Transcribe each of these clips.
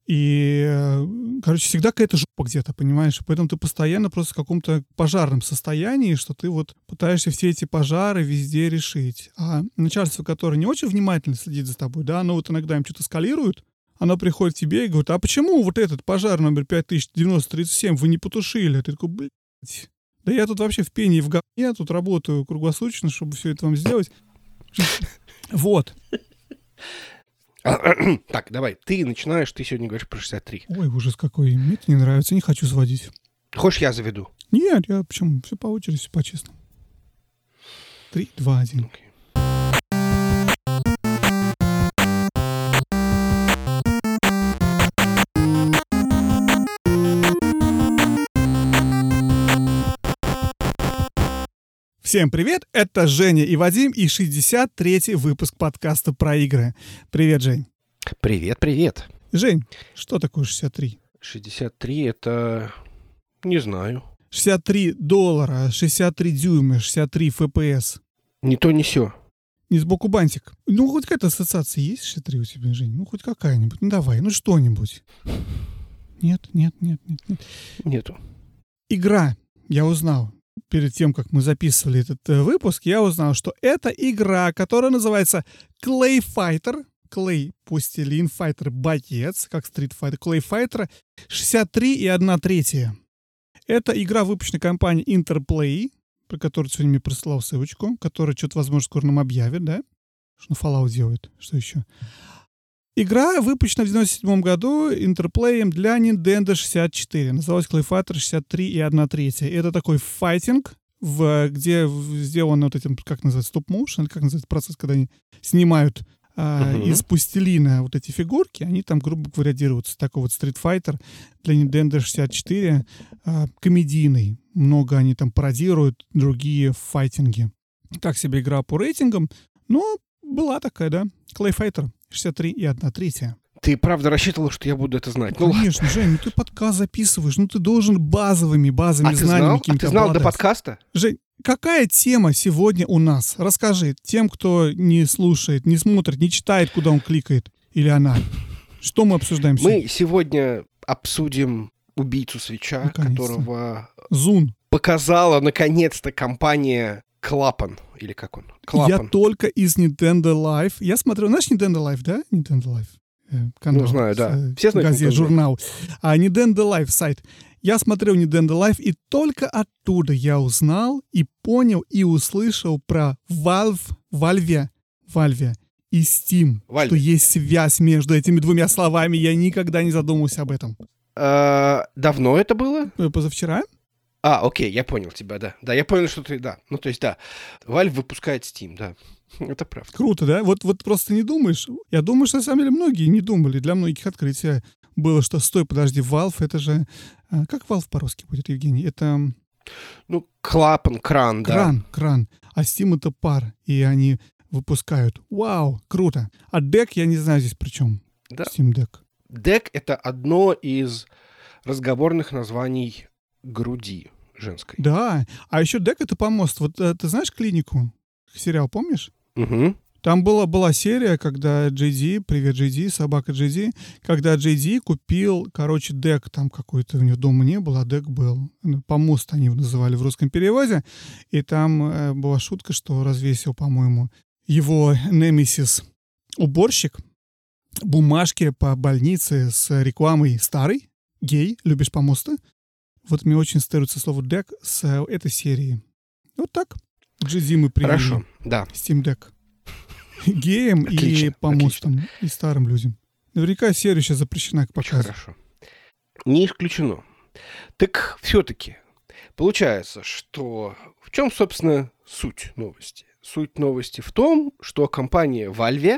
короче, всегда какая-то жопа где-то, понимаешь? Поэтому ты постоянно просто в каком-то пожарном состоянии, что ты вот пытаешься все эти пожары везде решить. А начальство, которое не очень внимательно следит за тобой, да, оно вот иногда им что-то скалирует, оно приходит к тебе и говорит: а почему вот этот пожар номер 509037 вы не потушили? Ты такой: блядь, да я тут вообще в пене и в говне, тут работаю круглосуточно, чтобы все это вам сделать. Вот. Так, давай, ты начинаешь, ты сегодня говоришь про 63. Ой, ужас какой. Мне это не нравится, не хочу сводить. Хочешь, я заведу? Нет, я почему? Все по очереди, все по-честному. 3, 2, 1. Окей. Всем привет, это Женя и Вадим и 63-й выпуск подкаста про игры. Привет, Жень. Привет, привет. Жень, что такое 63? 63 это... не знаю. $63, 63 дюйма, 63 FPS. Не то, не сё. Не сбоку бантик. Ну, хоть какая-то ассоциация есть 63 у тебя, Жень? Ну, хоть какая-нибудь. Ну, давай, ну что-нибудь. Нет. Нету. Игра, я узнал. Перед тем, как мы записывали этот выпуск, я узнал, что это игра, которая называется Clay Fighter. Clay, пластилин, Fighter, боец, как Street Fighter. Clay Fighter 63 и 1/3. Это игра, выпущена компанией Interplay, про которую ты сегодня мне прислал ссылочку, которая что-то, возможно, скоро нам объявит, да? Что Fallout делает, что еще? Игра выпущена в 1997 году Interplay для Nintendo 64. Называлась Clay Fighter 63 и 1/3. Это такой файтинг, где сделан вот этим, как называется, стоп-моушен, или как называется процесс, когда они снимают из пластилина вот эти фигурки, они там, грубо говоря, делаются. Такой вот Street Fighter для Nintendo 64 комедийный. Много они там пародируют другие файтинги. Так себе игра по рейтингам, но была такая, да, Clay Fighter 63 и 1/3. Ты правда рассчитывал, что я буду это знать? Ну, конечно, Жень, ну ты подкаст записываешь, ну ты должен базовыми знаниями какими-то ты знал обладать. до подкаста? Жень, какая тема сегодня у нас? Расскажи тем, кто не слушает, не смотрит, не читает, куда он кликает, или она. Что мы обсуждаем сегодня? Мы сегодня обсудим убийцу свеча, которого Зун. Показала наконец-то компания Клапан, или как он? Клапан. Я только из Nintendo Life. Я смотрю, знаешь Nintendo Life, да? Nintendo Life. Канал. Ну, знаю, да. Все знают газет, журнал. А Nintendo Life сайт. Я смотрел Nintendo Life, и только оттуда я узнал и понял и услышал про Valve и Steam. Valve. Что есть связь между этими двумя словами. Я никогда не задумывался об этом. Давно это было? Позавчера. Окей, я понял тебя, да. Да, я понял, что ты, да. Ну, то есть, да. Valve выпускает Steam, да. Это правда. Круто, да? Вот просто не думаешь. Я думаю, что, на самом деле, многие не думали. Для многих открытие было, что, стой, подожди, Valve, это же... Как Valve по-русски будет, Евгений? Это... Ну, клапан, кран, да. Кран. А Steam — это пар. И они выпускают. Вау, круто. А Deck, я не знаю здесь при чем. Да. Steam Deck. Deck — это одно из разговорных названий груди женской. Да. А еще Deck — это помост. Вот ты знаешь «Клинику»? Сериал, помнишь? Угу. Там была серия, когда JD, привет JD, собака JD, когда JD купил, Deck, там какой-то у него дома не было, а Deck был. Помост они его называли в русском переводе. И там была шутка, что развесил, по-моему, его немесис-уборщик бумажки по больнице с рекламой «Старый», «Гей», «Любишь помосты». Вот мне очень стыруется слово «Deck» с этой серии. Вот так. JD мы привели. Хорошо, да. Steam Deck. Геям и помостам, отлично. И старым людям. Наверняка серия сейчас запрещена к показу. Хорошо. Не исключено. Так все-таки получается, что в чем, собственно, суть новости? Суть новости в том, что компания Valve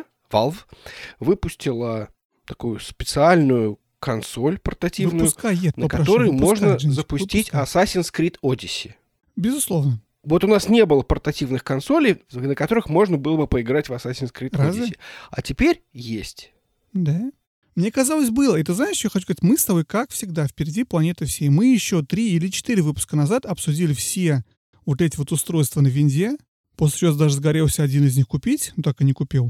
выпустила такую специальную консоль портативную, на которой можно запустить Assassin's Creed Odyssey. Безусловно. Вот у нас не было портативных консолей, на которых можно было бы поиграть в Assassin's Creed Odyssey. А теперь есть. Да. Мне казалось, было. И ты знаешь, что я хочу сказать? Мы с тобой, как всегда, впереди планеты всей. Мы еще 3 или 4 выпуска назад обсудили все вот эти вот устройства на винде. После чего даже сгорелся один из них купить, но так и не купил.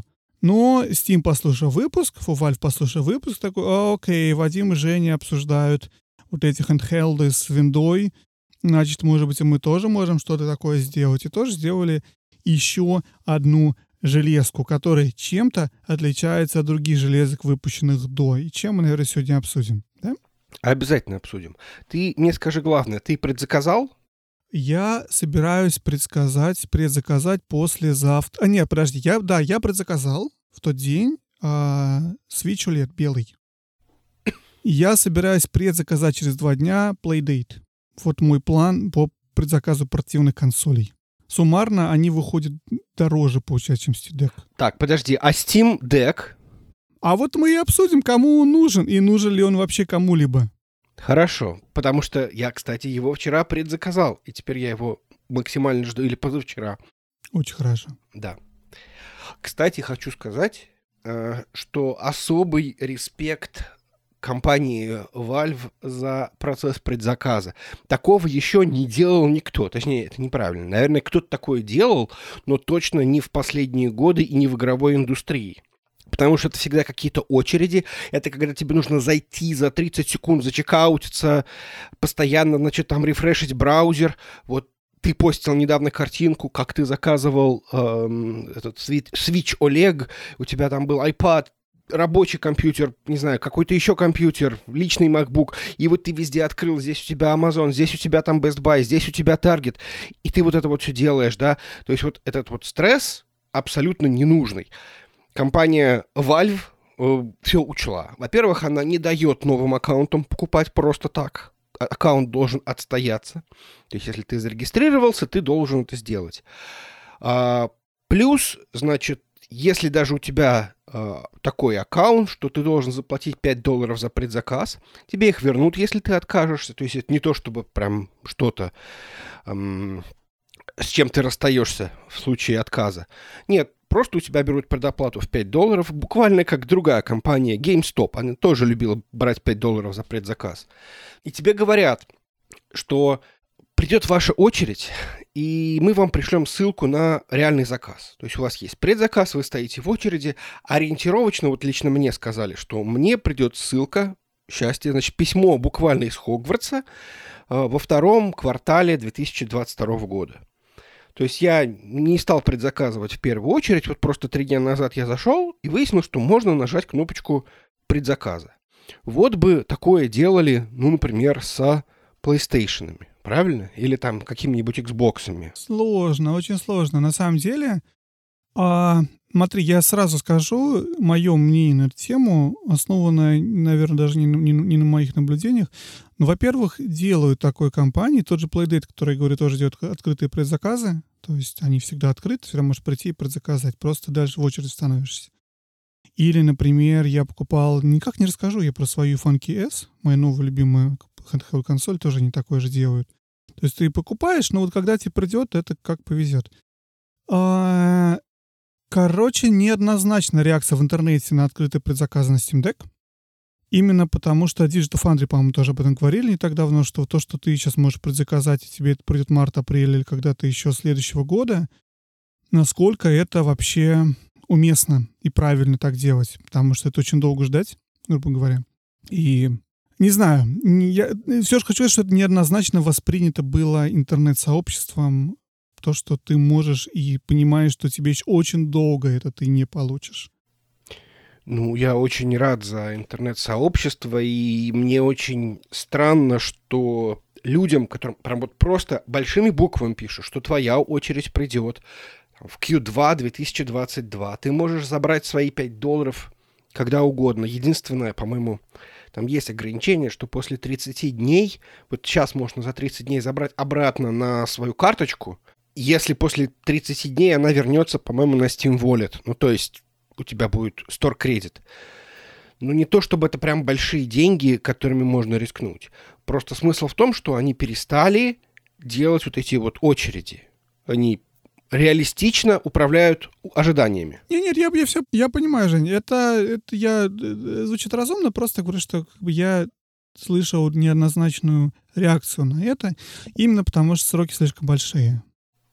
Но Steam послушал выпуск, Valve послушал выпуск, такой: окей, Вадим и Женя обсуждают вот эти handhelды с виндой, значит, может быть, и мы тоже можем что-то такое сделать. И тоже сделали еще одну железку, которая чем-то отличается от других железок, выпущенных до. И чем мы, наверное, сегодня обсудим, да? Обязательно обсудим. Ты мне скажи главное, ты предзаказал? Я собираюсь предзаказать послезавтра. Нет, подожди, я предзаказал в тот день Switch OLED белый. Я собираюсь предзаказать через 2 дня Playdate. Вот мой план по предзаказу портативных консолей. Суммарно они выходят дороже, получается, чем Steam Deck. Так, подожди, а Steam Deck? А вот мы и обсудим, кому он нужен, и нужен ли он вообще кому-либо. Хорошо, потому что я, кстати, его вчера предзаказал, и теперь я его максимально жду, или позавчера. Очень хорошо. Да. Кстати, хочу сказать, что особый респект компании Valve за процесс предзаказа. Такого еще не делал никто. Точнее, это неправильно. Наверное, кто-то такое делал, но точно не в последние годы и не в игровой индустрии. Потому что это всегда какие-то очереди. Это когда тебе нужно зайти за 30 секунд, зачекаутиться, постоянно, значит, там рефрешить браузер. Вот ты постил недавно картинку, как ты заказывал этот Switch OLED, у тебя там был iPad, рабочий компьютер, не знаю, какой-то еще компьютер, личный MacBook, и вот ты везде открыл, здесь у тебя Amazon, здесь у тебя там Best Buy, здесь у тебя Target, и ты вот это вот все делаешь, да? То есть вот этот вот стресс абсолютно ненужный. Компания Valve все учла. Во-первых, она не дает новым аккаунтам покупать просто так. Аккаунт должен отстояться. То есть, если ты зарегистрировался, ты должен это сделать. Плюс, значит, если даже у тебя такой аккаунт, что ты должен заплатить $5 за предзаказ, тебе их вернут, если ты откажешься. То есть, это не то, чтобы прям что-то, с чем ты расстаешься в случае отказа. Нет, просто у тебя берут предоплату в $5, буквально как другая компания, GameStop. Она тоже любила брать $5 за предзаказ. И тебе говорят, что придет ваша очередь, и мы вам пришлем ссылку на реальный заказ. То есть у вас есть предзаказ, вы стоите в очереди. Ориентировочно, вот лично мне сказали, что мне придет ссылка, счастье, значит, письмо буквально из Хогвартса во 2 квартале 2022 года. То есть я не стал предзаказывать в первую очередь, вот просто 3 дня назад я зашел и выяснил, что можно нажать кнопочку предзаказа. Вот бы такое делали, ну, например, с PlayStation'ами, правильно? Или там какими-нибудь Xbox'ами. Сложно, очень сложно. На самом деле, смотри, я сразу скажу, мое мнение на эту тему основано, наверное, даже не на моих наблюдениях. Но, во-первых, делают такой компании, тот же Playdate, который, я говорю, тоже делает открытые предзаказы, то есть они всегда открыты, всегда можешь прийти и предзаказать, просто дальше в очередь становишься. Или, например, я покупал, никак не расскажу я про свою Funky S, мою новую любимую handheld консоль, тоже не такое же делают. То есть ты покупаешь, но вот когда тебе придет, это как повезет. Короче, неоднозначная реакция в интернете на открытый предзаказ на Steam Deck. Именно потому, что Digital Foundry, по-моему, тоже об этом говорили не так давно, что то, что ты сейчас можешь предзаказать, и тебе это придет март, апрель или когда-то еще следующего года, насколько это вообще уместно и правильно так делать. Потому что это очень долго ждать, грубо говоря. И не знаю, я все же хочу сказать, что это неоднозначно воспринято было интернет-сообществом, то, что ты можешь и понимаешь, что тебе еще очень долго это ты не получишь. Ну, я очень рад за интернет-сообщество, и мне очень странно, что людям, которым прям вот просто большими буквами пишут, что твоя очередь придет в Q2 2022, ты можешь забрать свои $5 когда угодно. Единственное, по-моему, там есть ограничение, что после 30 дней, вот сейчас можно за 30 дней забрать обратно на свою карточку, если после 30 дней она вернется, по-моему, на Steam Wallet. Ну, то есть у тебя будет Store Credit. Ну, не то, чтобы это прям большие деньги, которыми можно рискнуть. Просто смысл в том, что они перестали делать вот эти вот очереди. Они реалистично управляют ожиданиями. Нет, я понимаю, Жень. Это звучит разумно, просто говорю, что как бы я слышал неоднозначную реакцию на это, именно потому что сроки слишком большие.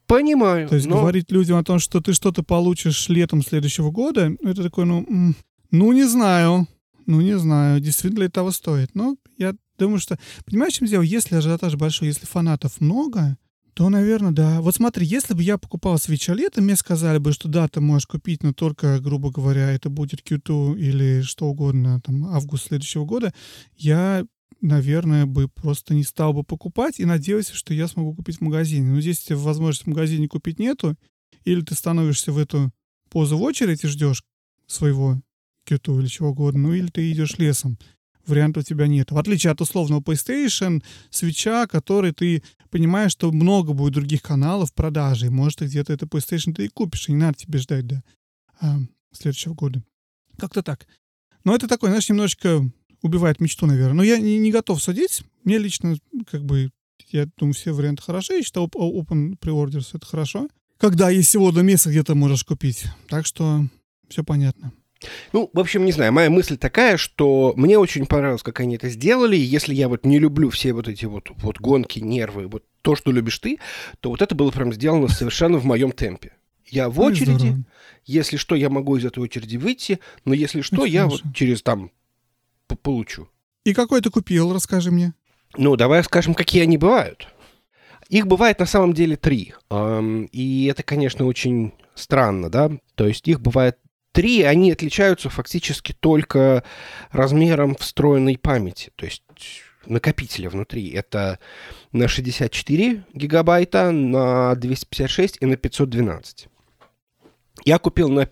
Понимаю, То есть но... говорить людям о том, что ты что-то получишь летом следующего года, это такой, не знаю. Не знаю, действительно ли того стоит. Но я думаю, что... Понимаешь, в чем дело? Если ажиотаж большой, если фанатов много, то, наверное, да. Вот смотри, если бы я покупал свеча летом, мне сказали бы, что да, ты можешь купить, но только, грубо говоря, это будет Q2 или что угодно, там, август следующего года, я, наверное, бы просто не стал бы покупать и надеялся, что я смогу купить в магазине. Но здесь возможности в магазине купить нету, или ты становишься в эту позу в очередь и ждешь своего Q2 или чего угодно, или ты идешь лесом. Вариантов у тебя нет. В отличие от условного PlayStation, свитча, который ты понимаешь, что много будет других каналов в продаже, и может где-то это PlayStation ты и купишь, и не надо тебе ждать до следующего года. Как-то так. Но это такое, знаешь, немножечко убивает мечту, наверное. Но я не готов судить. Мне лично, я думаю, все варианты хороши. Я считаю, Open Pre-Orders — это хорошо. Когда есть всего до месяца, где ты можешь купить. Так что все понятно. Ну, в общем, не знаю, моя мысль такая, что мне очень понравилось, как они это сделали, и если я вот не люблю все вот эти вот гонки, нервы, вот то, что любишь ты, то вот это было прям сделано совершенно в моем темпе. Я в очереди, здорово. Если что, я могу из этой очереди выйти, но если что, Это я хорошо. вот через там получу. И какой ты купил, расскажи мне. Ну, давай скажем, какие они бывают. Их бывает на самом деле 3, и это, конечно, очень странно, да, то есть их бывает 3, они отличаются фактически только размером встроенной памяти, то есть накопителя внутри. Это на 64 гигабайта, на 256 и на 512. Я купил на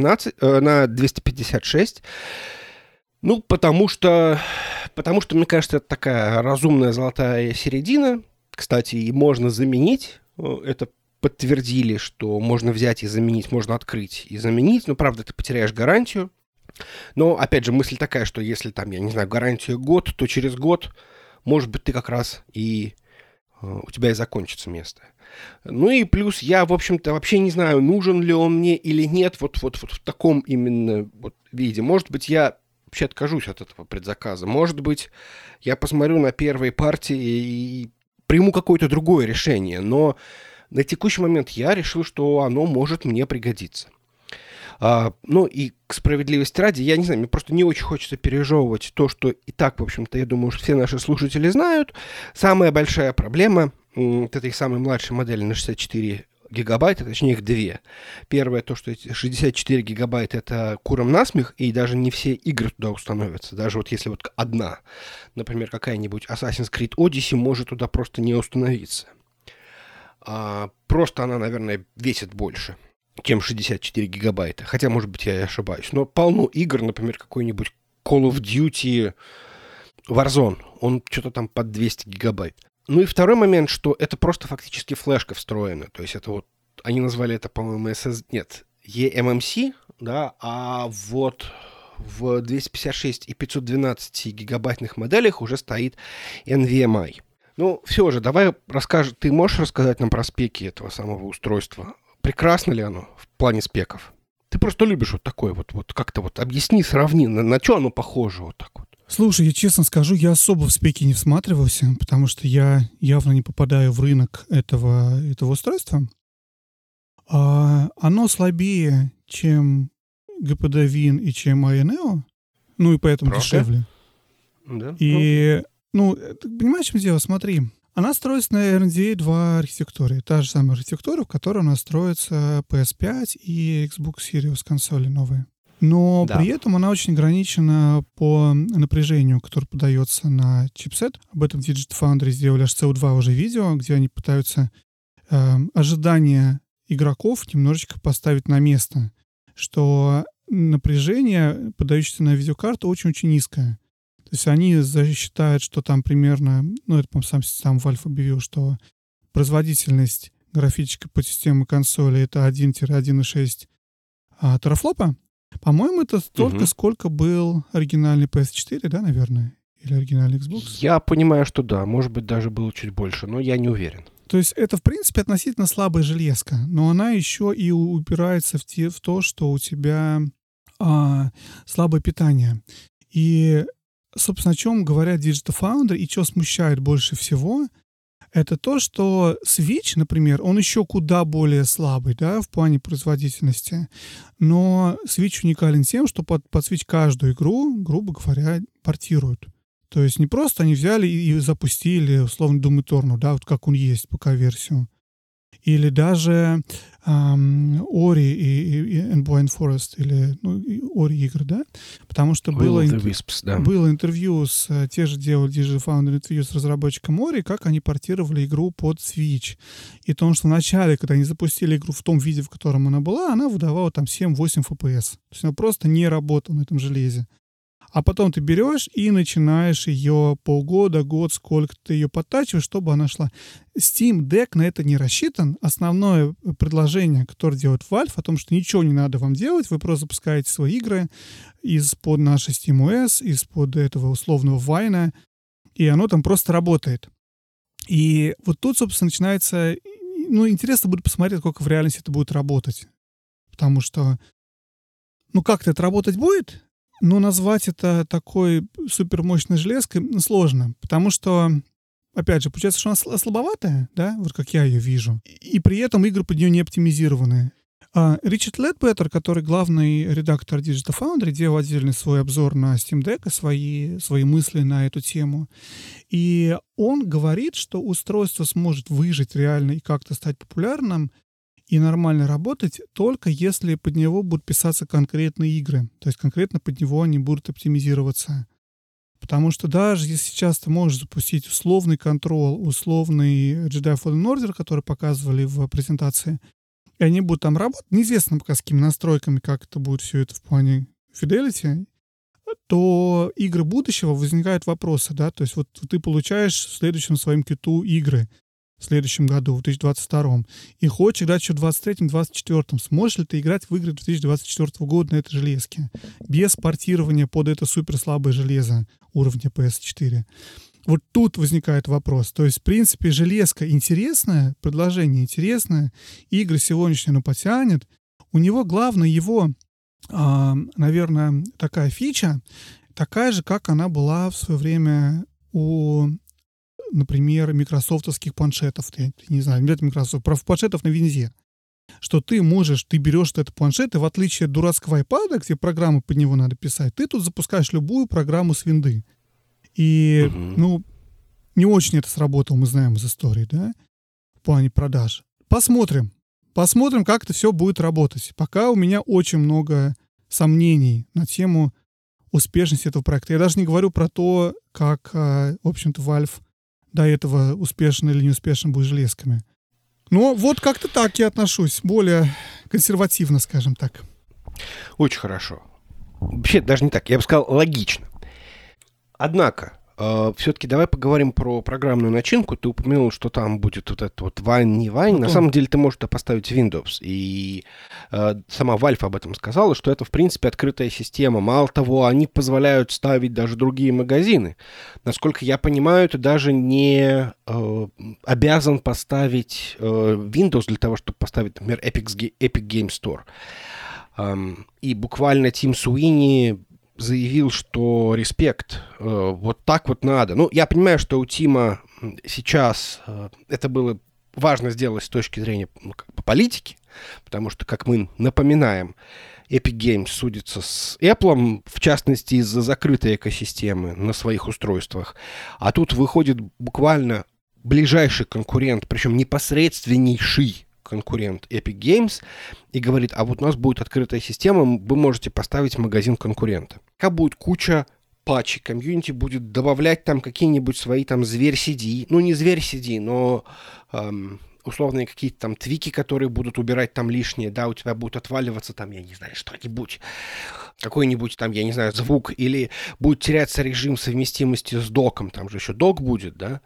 256, потому что, мне кажется, это такая разумная золотая середина. Кстати, и можно заменить, это подтвердили, что можно взять и заменить, можно открыть и заменить, но, правда, ты потеряешь гарантию. Но, опять же, мысль такая, что если там, я не знаю, гарантия год, то через год, может быть, ты как раз и у тебя и закончится место. Ну и плюс я, в общем-то, вообще не знаю, нужен ли он мне или нет вот в таком именно виде. Может быть, я вообще откажусь от этого предзаказа. Может быть, я посмотрю на первые партии и приму какое-то другое решение, но на текущий момент я решил, что оно может мне пригодиться. И к справедливости ради, я не знаю, мне просто не очень хочется пережевывать то, что и так, в общем-то, я думаю, что все наши слушатели знают. Самая большая проблема этой самой младшей модели на 64 гигабайта, точнее их 2. Первое, то, что эти 64 гигабайта — это куром насмех, и даже не все игры туда установятся. Даже вот если одна, например, какая-нибудь Assassin's Creed Odyssey может туда просто не установиться. Просто она, наверное, весит больше, чем 64 гигабайта. Хотя, может быть, я и ошибаюсь. Но полно игр, например, какой-нибудь Call of Duty Warzone. Он что-то там под 200 гигабайт. Ну и второй момент, что это просто фактически флешка встроена. То есть это они назвали это, по-моему, eMMC, да, а вот в 256 и 512 гигабайтных моделях уже стоит NVMe. Ну, все же, давай расскажи, ты можешь рассказать нам про спеки этого самого устройства? Прекрасно ли оно в плане спеков? Ты просто любишь такое как-то объясни, сравни, на что оно похоже так вот. Слушай, я честно скажу, я особо в спеки не всматривался, потому что я явно не попадаю в рынок этого устройства. Оно слабее, чем GPD Win и чем AYANEO, и поэтому дешевле. Да. И, ты понимаешь, в чем дело? Смотри, она строится на RDNA 2 архитектуре. Та же самая архитектура, в которой у нас строится PS5 и Xbox Series консоли новые. Но при этом она очень ограничена по напряжению, которое подается на чипсет. Об этом Digital Foundry сделали аж целых 2 уже видео, где они пытаются ожидания игроков немножечко поставить на место, что напряжение, подающееся на видеокарту, очень-очень низкое. То есть они считают, что там примерно, это, по-моему, сам Valve объявил, что производительность графической подсистемы консоли — это 1-1,6 терафлопа. По-моему, это столько, сколько был оригинальный PS4, да, наверное? Или оригинальный Xbox? Я понимаю, что да. Может быть, даже было чуть больше, но я не уверен. То есть это, в принципе, относительно слабая железка, но она еще и упирается в то, что у тебя слабое питание. И, собственно, о чем говорят Digital Foundry и что смущает больше всего, это то, что Switch, например, он еще куда более слабый, да, в плане производительности. Но Switch уникален тем, что под Switch каждую игру, грубо говоря, портируют. То есть не просто они взяли и запустили, условно, Doom Eternal, да, вот как он есть, ПК-версию. Или даже Ori и and Blind Forest, или Ori игры, да? Потому что было интервью те же делали Digital Foundry интервью с разработчиком Ori, как они портировали игру под Switch. И то, что вначале, когда они запустили игру в том виде, в котором она была, она выдавала там 7-8 FPS. То есть она просто не работала на этом железе. А потом ты берешь и начинаешь ее полгода, год, сколько ты ее подтачиваешь, чтобы она шла. Steam Deck на это не рассчитан. Основное предложение, которое делает Valve, о том, что ничего не надо вам делать, вы просто запускаете свои игры из-под нашей SteamOS, из-под этого условного Вайна, и оно там просто работает. И вот тут, собственно, начинается... интересно будет посмотреть, сколько в реальности это будет работать. Потому что... как-то это работать будет... Но назвать это такой супермощной железкой сложно, потому что, опять же, получается, что она слабоватая, да, вот как я ее вижу, и при этом игры под нее не оптимизированы. Ричард Ледбеттер, который главный редактор Digital Foundry, делал отдельный свой обзор на Steam Deck и свои мысли на эту тему. И он говорит, что устройство сможет выжить реально и как-то стать популярным, и нормально работать только если под него будут писаться конкретные игры. То есть конкретно под него они будут оптимизироваться. Потому что даже если сейчас ты можешь запустить условный Control, условный Jedi Fallen Order, который показывали в презентации, и они будут там работать, неизвестно пока с какими настройками, как это будет все это в плане Fidelity, то игры будущего возникают вопросы, да, то есть вот ты получаешь в следующем своем киту игры, в следующем году, в 2022, и хочешь играть еще в 2023-2024. Сможешь ли ты играть в игры 2024 года на этой железке? Без портирования под это суперслабое железо уровня PS4. Вот тут возникает вопрос. То есть, в принципе, железка интересная, предложение интересное, игры сегодняшние потянет. У него главное его, наверное, такая фича, такая же, как она была в свое время у... например, микрософтовских планшетов. Я не знаю, нет Microsoft, планшетов на Винзе. Что ты берешь этот планшет, и в отличие от дурацкого iPad, где программы под него надо писать, ты тут запускаешь любую программу с винды. И, не очень это сработало, мы знаем из истории, да, в плане продаж. Посмотрим, как это все будет работать. Пока у меня очень много сомнений на тему успешности этого проекта. Я даже не говорю про то, как, в общем-то, Valve до этого успешно или неуспешно будет железками. Но вот как-то так я отношусь, более консервативно, скажем так. Очень хорошо. Вообще, даже не так, я бы сказал, логично. Однако, все-таки давай поговорим про программную начинку. Ты упомянул, что там будет вот этот вот Wine, не Wine. На самом деле ты можешь это поставить в Windows. И сама Valve об этом сказала, что это, в принципе, открытая система. Мало того, они позволяют ставить даже другие магазины. Насколько я понимаю, ты даже не обязан поставить Windows для того, чтобы поставить, например, Epic Game Store. И буквально Тим Суини заявил, что респект, вот так вот надо. Я понимаю, что у Тима сейчас это было важно сделать с точки зрения по политике, потому что, как мы напоминаем, Epic Games судится с Apple, в частности, из-за закрытой экосистемы на своих устройствах. А тут выходит буквально ближайший конкурент, причем непосредственнейший конкурент Epic Games, и говорит, а вот у нас будет открытая система, вы можете поставить магазин конкурента. Как будет куча патчей, комьюнити будет добавлять там какие-нибудь свои там зверь CD, не зверь CD, но условные какие-то там твики, которые будут убирать там лишнее, да, у тебя будет отваливаться там, я не знаю, что-нибудь, какой-нибудь там, я не знаю, звук, или будет теряться режим совместимости с доком, там же еще док будет, да,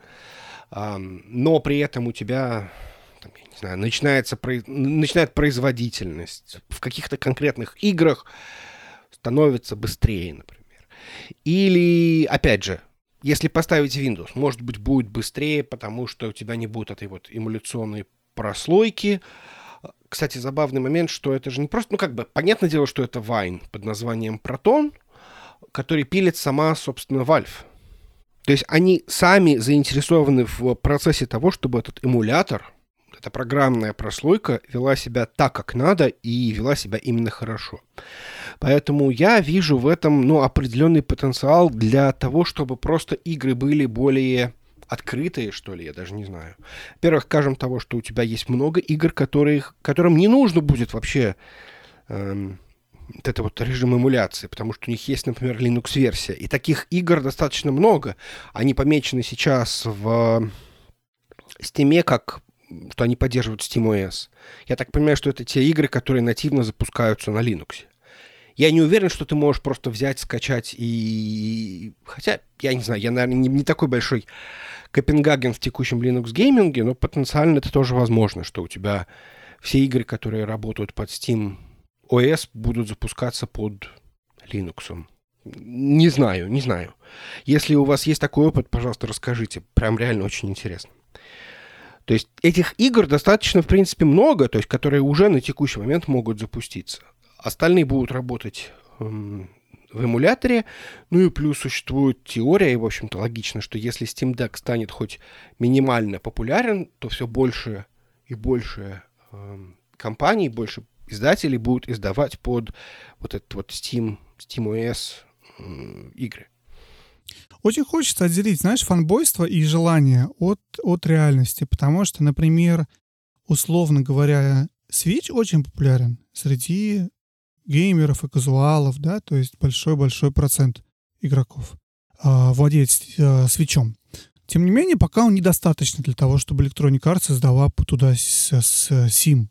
но при этом у тебя... не знаю, начинает производительность. В каких-то конкретных играх становится быстрее, например. Или, опять же, если поставить Windows, может быть, будет быстрее, потому что у тебя не будет этой вот эмуляционной прослойки. Кстати, забавный момент, что это же не просто... понятное дело, что это Wine под названием Proton, который пилит сама, собственно, Valve. То есть они сами заинтересованы в процессе того, чтобы этот эмулятор, эта программная прослойка вела себя так, как надо, и вела себя именно хорошо. Поэтому я вижу в этом определенный потенциал для того, чтобы просто игры были более открытые, что ли, я даже не знаю. Во-первых, скажем того, что у тебя есть много игр, которым не нужно будет вообще это вот режим эмуляции, потому что у них есть, например, Linux-версия. И таких игр достаточно много. Они помечены сейчас в Steam, как что они поддерживают SteamOS. Я так понимаю, что это те игры, которые нативно запускаются на Linux. Я не уверен, что ты можешь просто взять, скачать и... Хотя, я не знаю, я, наверное, не такой большой Копенгаген в текущем Linux-гейминге, но потенциально это тоже возможно, что у тебя все игры, которые работают под SteamOS, будут запускаться под Linux. Не знаю. Если у вас есть такой опыт, пожалуйста, расскажите. Прям реально очень интересно. То есть этих игр достаточно, в принципе, много, то есть которые уже на текущий момент могут запуститься. Остальные будут работать в эмуляторе. Ну и плюс существует теория, и, в общем-то, логично, что если Steam Deck станет хоть минимально популярен, то все больше и больше компаний, больше издателей будут издавать под вот этот вот SteamOS игры. Очень хочется отделить, знаешь, фанбойство и желание от реальности, потому что, например, условно говоря, Switch очень популярен среди геймеров и казуалов, да, то есть большой-большой процент игроков владеет свитчом. Тем не менее, пока он недостаточно для того, чтобы Electronic Arts издала туда Sims.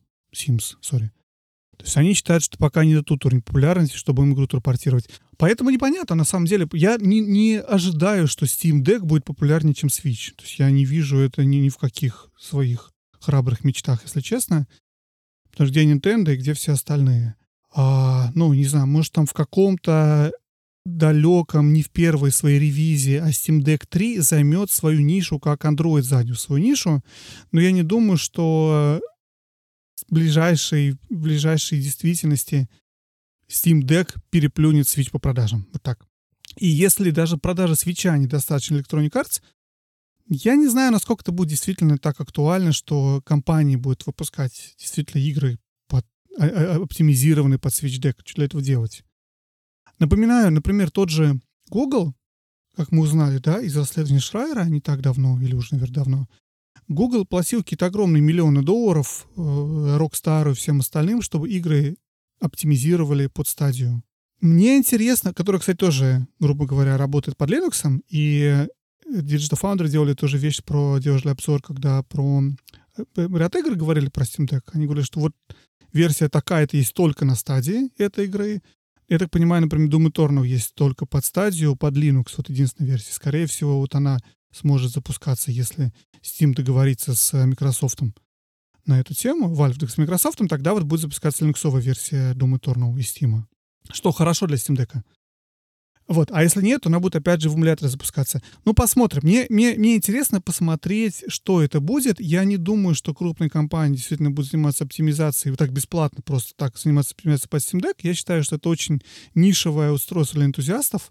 То есть они считают, что пока не дадут уровень популярности, чтобы им игру транспортировать. Поэтому непонятно, на самом деле. Я не ожидаю, что Steam Deck будет популярнее, чем Switch. То есть я не вижу это ни в каких своих храбрых мечтах, если честно. Потому что где Nintendo и где все остальные. Не знаю, может там в каком-то далеком, не в первой своей ревизии, а Steam Deck 3 займет свою нишу, как Android занял свою нишу. Но я не думаю, что в ближайшей действительности Steam Deck переплюнет Switch по продажам. Вот так. И если даже продажи Switch'а недостаточно Electronic Arts, я не знаю, насколько это будет действительно так актуально, что компании будут выпускать действительно игры оптимизированные под Switch Deck. Что для этого делать? Напоминаю, например, тот же Google, как мы узнали, да, из расследования Шрайера не так давно, или уже, наверное, давно, Google платил какие-то огромные миллионы долларов Rockstar и всем остальным, чтобы игры оптимизировали под стадию. Мне интересно, который, кстати, тоже, грубо говоря, работает под Linux, и Digital Foundry делали тоже вещь делали обзор, когда про ряд игр говорили про Steam Deck. Они говорили, что вот версия такая-то есть только на стадии этой игры. Я так понимаю, например, Doom Eternal есть только под стадию, под Linux, вот единственная версия. Скорее всего, вот она сможет запускаться, если Steam договорится с Microsoft на эту тему, Valve с Microsoft, тогда вот будет запускаться линуксовая версия Doom Eternal из Steam. Что хорошо для Steam Deck. Вот. А если нет, то она будет опять же в эмуляторе запускаться. Посмотрим. Мне интересно посмотреть, что это будет. Я не думаю, что крупные компании действительно будут заниматься оптимизацией вот так бесплатно, просто так заниматься оптимизацией под Steam Deck. Я считаю, что это очень нишевое устройство для энтузиастов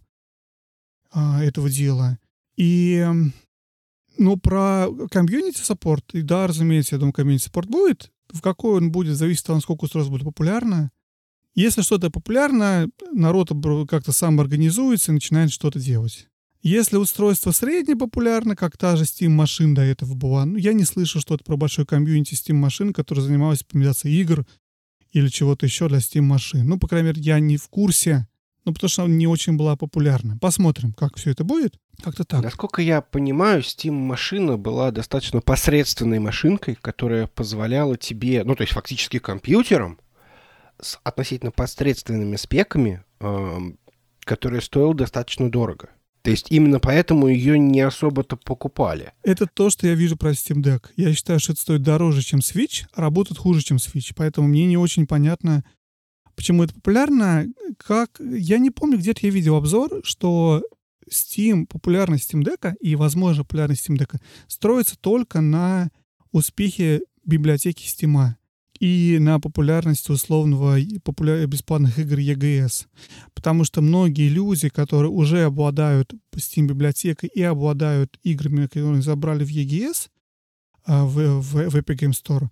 этого дела. И про комьюнити саппорт, и да, разумеется, я думаю, комьюнити саппорт будет. В какой он будет, зависит от того, насколько устройство будет популярно. Если что-то популярно, народ как-то сам организуется и начинает что-то делать. Если устройство средне популярно, как та же Steam Machine до этого была, я не слышу что-то про большой комьюнити Steam Machine, которая занималась оптимизацией игр или чего-то еще для Steam Machine. По крайней мере, я не в курсе, потому что она не очень была популярна. Посмотрим, как все это будет. Как-то так. Насколько я понимаю, Steam Machine была достаточно посредственной машинкой, которая позволяла тебе, то есть фактически компьютером, с относительно посредственными спеками, которые стоил достаточно дорого. То есть именно поэтому ее не особо-то покупали. Это то, что я вижу про Steam Deck. Я считаю, что это стоит дороже, чем Switch, а работает хуже, чем Switch. Поэтому мне не очень понятно, почему это популярно. Я не помню, где-то я видел обзор, что популярность Steam Deck и, возможно, популярность Steam Deck строится только на успехе библиотеки Steam. и на популярность условного бесплатных игр EGS. Потому что многие люди, которые уже обладают Steam-библиотекой и обладают играми, которые забрали в EGS, в Epic Game Store,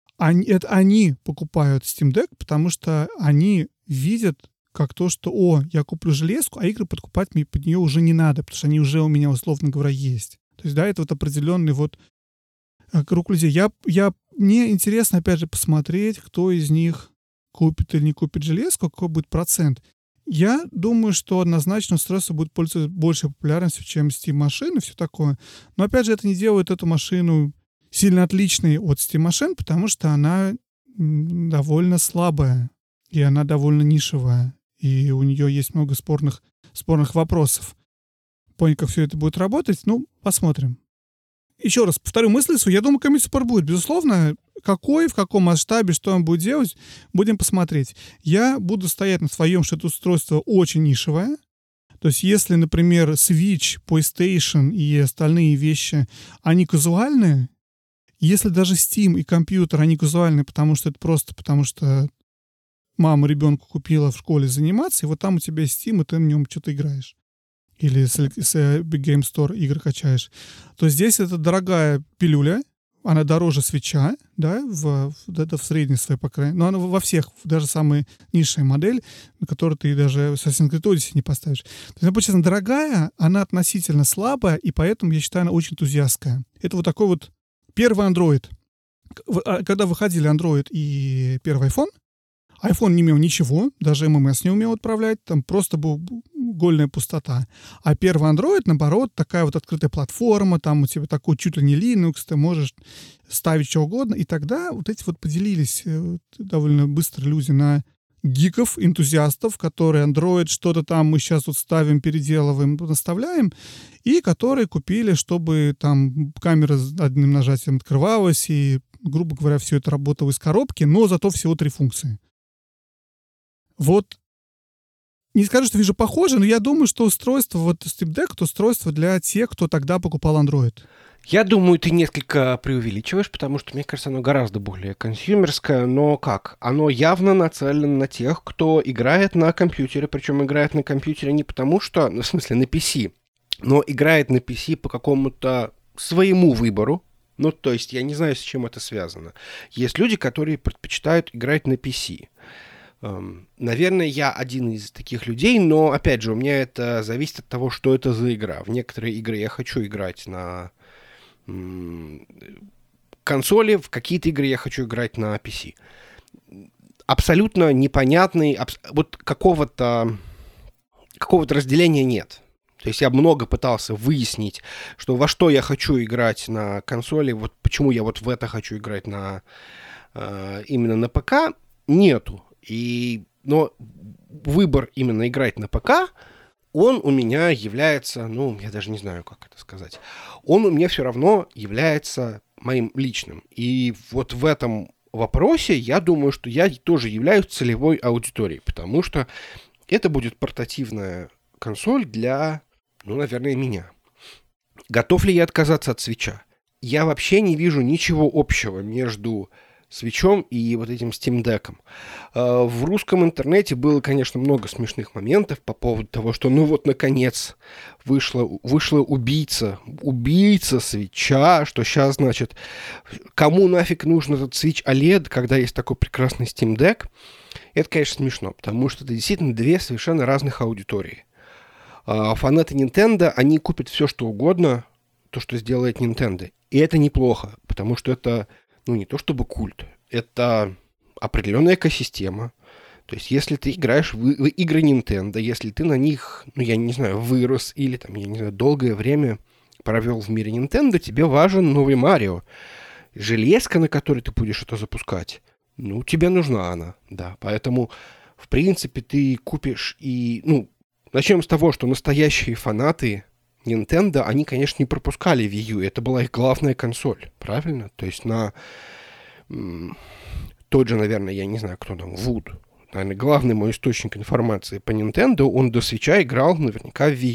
они покупают Steam Deck, потому что они видят как то, что, я куплю железку, а игры подкупать мне под нее уже не надо, потому что они уже у меня, условно говоря, есть. То есть, да, это вот определенный вот круг людей. Мне интересно, опять же, посмотреть, кто из них купит или не купит железку, какой будет процент. Я думаю, что однозначно устройство будет пользоваться большей популярностью, чем Steam-машины, все такое. Но, опять же, это не делает эту машину сильно отличной от Steam-машин, потому что она довольно слабая, и она довольно нишевая, и у нее есть много спорных вопросов. Понять, как все это будет работать, посмотрим. Еще раз повторю мысль свою. Я думаю, Community Support будет. Безусловно, в каком масштабе, что он будет делать, будем посмотреть. Я буду стоять на своем, что это устройство очень нишевое. То есть, если, например, Switch, PlayStation и остальные вещи, они казуальные, если даже Steam и компьютер, они казуальные, потому что мама ребенку купила в школе заниматься, и вот там у тебя Steam, и ты на нем что-то играешь. Или с Big Game Store игры качаешь, то здесь это дорогая пилюля, она дороже свитча, да, в средней своей, по крайней мере, но она во всех, даже самая низшая модель, на которой ты даже Assassin's Creed Odyssey не поставишь. То есть, она, честно, дорогая, она относительно слабая, и поэтому, я считаю, она очень энтузиастская. Это вот такой вот первый Android. Когда выходили Android и первый iPhone не имел ничего, даже ММС не умел отправлять, там просто была гольная пустота. А первый Android, наоборот, такая вот открытая платформа, там у тебя такой чуть ли не Linux, ты можешь ставить что угодно. И тогда вот эти вот поделились довольно быстро люди на гиков, энтузиастов, которые Android, что-то там мы сейчас вот ставим, переделываем, наставляем, и которые купили, чтобы там камера одним нажатием открывалась, и, грубо говоря, все это работало из коробки, но зато всего 3 функции. Вот, не скажу, что вижу похоже, но я думаю, что устройство, вот Steam Deck, это устройство для тех, кто тогда покупал Android. Я думаю, ты несколько преувеличиваешь, потому что, мне кажется, оно гораздо более консюмерское, но как? Оно явно нацелено на тех, кто играет на компьютере, причем играет на компьютере не потому что, в смысле, на PC, но играет на PC по какому-то своему выбору. Ну, то есть, я не знаю, с чем это связано. Есть люди, которые предпочитают играть на PC. Наверное, я один из таких людей, но, опять же, у меня это зависит от того, что это за игра. В некоторые игры я хочу играть на консоли, в какие-то игры я хочу играть на PC. Абсолютно непонятный, вот какого-то разделения нет. То есть я много пытался выяснить, что во что я хочу играть на консоли, вот почему я вот в это хочу играть именно на ПК, нету. Но выбор именно играть на ПК, он у меня является, я даже не знаю, как это сказать, он у меня все равно является моим личным. И вот в этом вопросе я думаю, что я тоже являюсь целевой аудиторией, потому что это будет портативная консоль для, наверное, меня. Готов ли я отказаться от свитча? Я вообще не вижу ничего общего между свитчом и вот этим Steam Deck'ом. В русском интернете было, конечно, много смешных моментов по поводу того, что наконец вышла убийца свитча, что сейчас, значит, кому нафиг нужен этот свитч OLED, когда есть такой прекрасный Steam Deck. Это, конечно, смешно, потому что это действительно 2 совершенно разных аудитории. Фанаты Nintendo, они купят все, что угодно, то, что сделает Nintendo. И это неплохо, потому что это не то чтобы культ, это определенная экосистема. То есть, если ты играешь в игры Nintendo, если ты на них, я не знаю, вырос или там, я не знаю, долгое время провел в мире Nintendo, тебе важен новый Марио. Железка, на которой ты будешь это запускать, тебе нужна она, да. Поэтому, в принципе, ты купишь и, начнем с того, что настоящие фанаты Nintendo, они, конечно, не пропускали Wii U. Это была их главная консоль, правильно? То есть на тот же, наверное, я не знаю, кто там, Wood, наверное, главный мой источник информации по Nintendo, он до свитча играл наверняка в Wii U.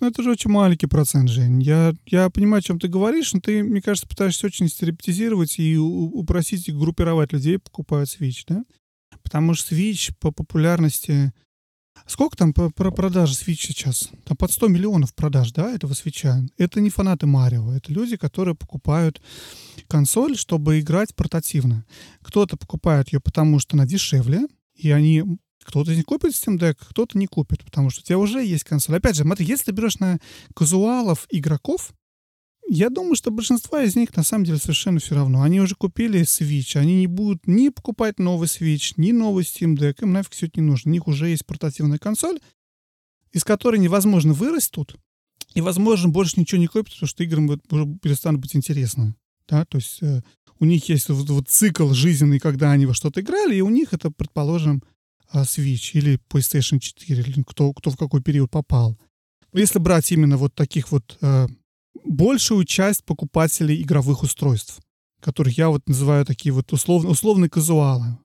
Ну, это же очень маленький процент, Жень. Я понимаю, о чем ты говоришь, но ты, мне кажется, пытаешься очень стереотипизировать и упросить и группировать людей, покупают Switch, да? Потому что Switch по популярности... Сколько там про продажи Switch сейчас? Там под 100 миллионов продаж, да, этого свитча. Это не фанаты Марио, это люди, которые покупают консоль, чтобы играть портативно. Кто-то покупает ее, потому что она дешевле, и кто-то из них купит Steam Deck, кто-то не купит, потому что у тебя уже есть консоль. Опять же, смотри, если ты берешь на казуалов игроков, я думаю, что большинство из них на самом деле совершенно все равно. Они уже купили Switch, они не будут ни покупать новый Switch, ни новый Steam Deck, им нафиг все это не нужно. У них уже есть портативная консоль, из которой невозможно вырасти тут, и, возможно, больше ничего не купят, потому что играм уже перестанут быть интересны. Да? То есть у них есть вот цикл жизненный, когда они во что-то играли, и у них это, предположим, Switch или PlayStation 4, или кто в какой период попал. Если брать именно вот таких вот большую часть покупателей игровых устройств, которых я вот называю такие вот условные казуалы.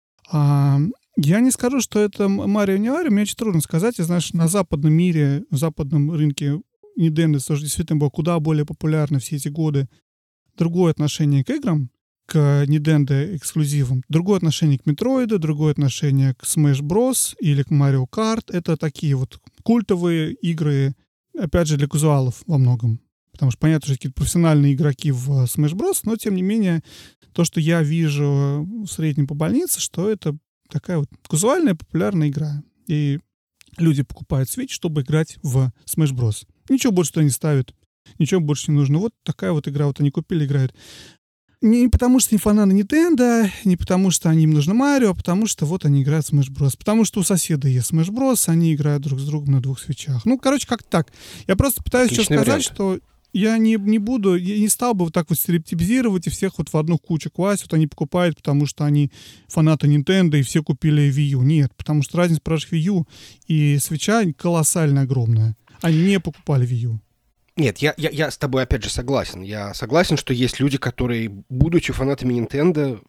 Я не скажу, что это Марио не Марио, мне очень трудно сказать. Я знаю, что на западном мире, в западном рынке Nintendo действительно было куда более популярно все эти годы. Другое отношение к играм, к Nintendo эксклюзивам, другое отношение к Metroid, другое отношение к Smash Bros. Или к Mario Kart. Это такие вот культовые игры, опять же, для казуалов во многом. Потому что, понятно, что какие-то профессиональные игроки в Smash Bros., но, тем не менее, то, что я вижу в среднем по больнице, что это такая вот казуальная популярная игра. И люди покупают Switch, чтобы играть в Smash Bros. Ничего больше туда не ставят, ничего больше не нужно. Вот такая вот игра, вот они купили, играют. Не потому что они фанаты Nintendo, не потому что им нужно Марио, а потому что вот они играют в Smash Bros. Потому что у соседа есть Smash Bros., они играют друг с другом на двух свитчах. Ну, короче, как так. Я просто пытаюсь сейчас сказать, что я не стал бы вот так вот стереотипизировать и всех вот в одну кучу класть. Вот они покупают, потому что они фанаты Nintendo и все купили Wii U. Нет, потому что разница между Wii U и Switch колоссально огромная. Они не покупали Wii U. Нет, я с тобой опять же согласен. Я согласен, что есть люди, которые, будучи фанатами Nintendo,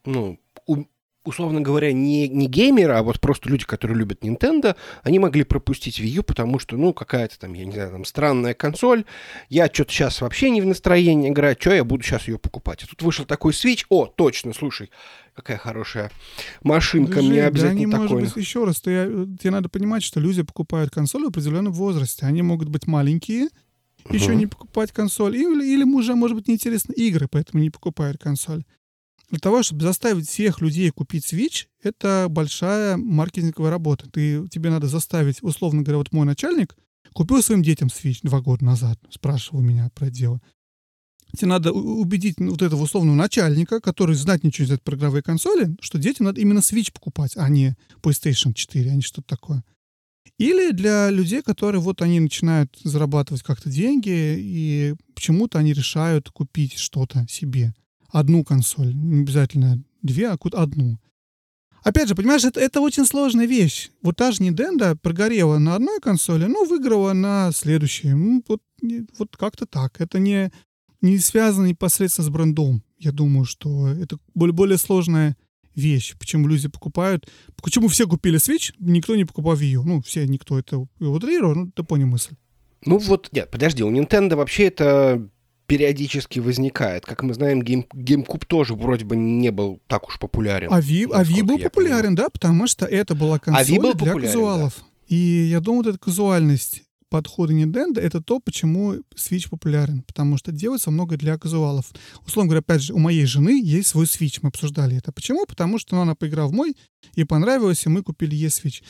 условно говоря, не геймеры, а вот просто люди, которые любят Nintendo, они могли пропустить Wii U, потому что, какая-то там, я не знаю, там странная консоль, я что-то сейчас вообще не в настроении играть, что я буду сейчас ее покупать. А тут вышел такой Switch, точно, слушай, какая хорошая машинка, мне обязательно такое. Может быть, еще раз, тебе надо понимать, что люди покупают консоль в определенном возрасте. Они могут быть маленькие, еще не покупать консоль, или уже, может быть, неинтересны игры, поэтому не покупают консоль. Для того, чтобы заставить всех людей купить Switch, это большая маркетинговая работа. Тебе надо заставить, условно говоря, вот мой начальник купил своим детям Switch 2 года назад, спрашивал меня про это дело. Тебе надо убедить вот этого условного начальника, который знать ничего не знает про игровые консоли, что детям надо именно Switch покупать, а не PlayStation 4, а не что-то такое. Или для людей, которые вот они начинают зарабатывать как-то деньги, и почему-то они решают купить что-то себе. Одну консоль, не обязательно 2, а какую-то одну. Опять же, понимаешь, это очень сложная вещь. Вот та же Nintendo прогорела на одной консоли, выиграла на следующей. Вот как-то так. Это не связано непосредственно с брендом. Я думаю, что это более сложная вещь. Почему люди покупают... Почему все купили Switch, никто не покупал Wii U. Никто это утрировал, ты понял мысль. Нет, подожди, у Nintendo вообще это периодически возникает. Как мы знаем, GameCube тоже вроде бы не был так уж популярен. А Wii был популярен, да, потому что это была консоль для казуалов. Да. И я думаю, вот эта казуальность подхода Nintendo — это то, почему Switch популярен. Потому что делается много для казуалов. Условно говоря, опять же, у моей жены есть свой Switch. Мы обсуждали это. Почему? Потому что она поиграла в мой, ей понравилось, и мы купили ей Switch.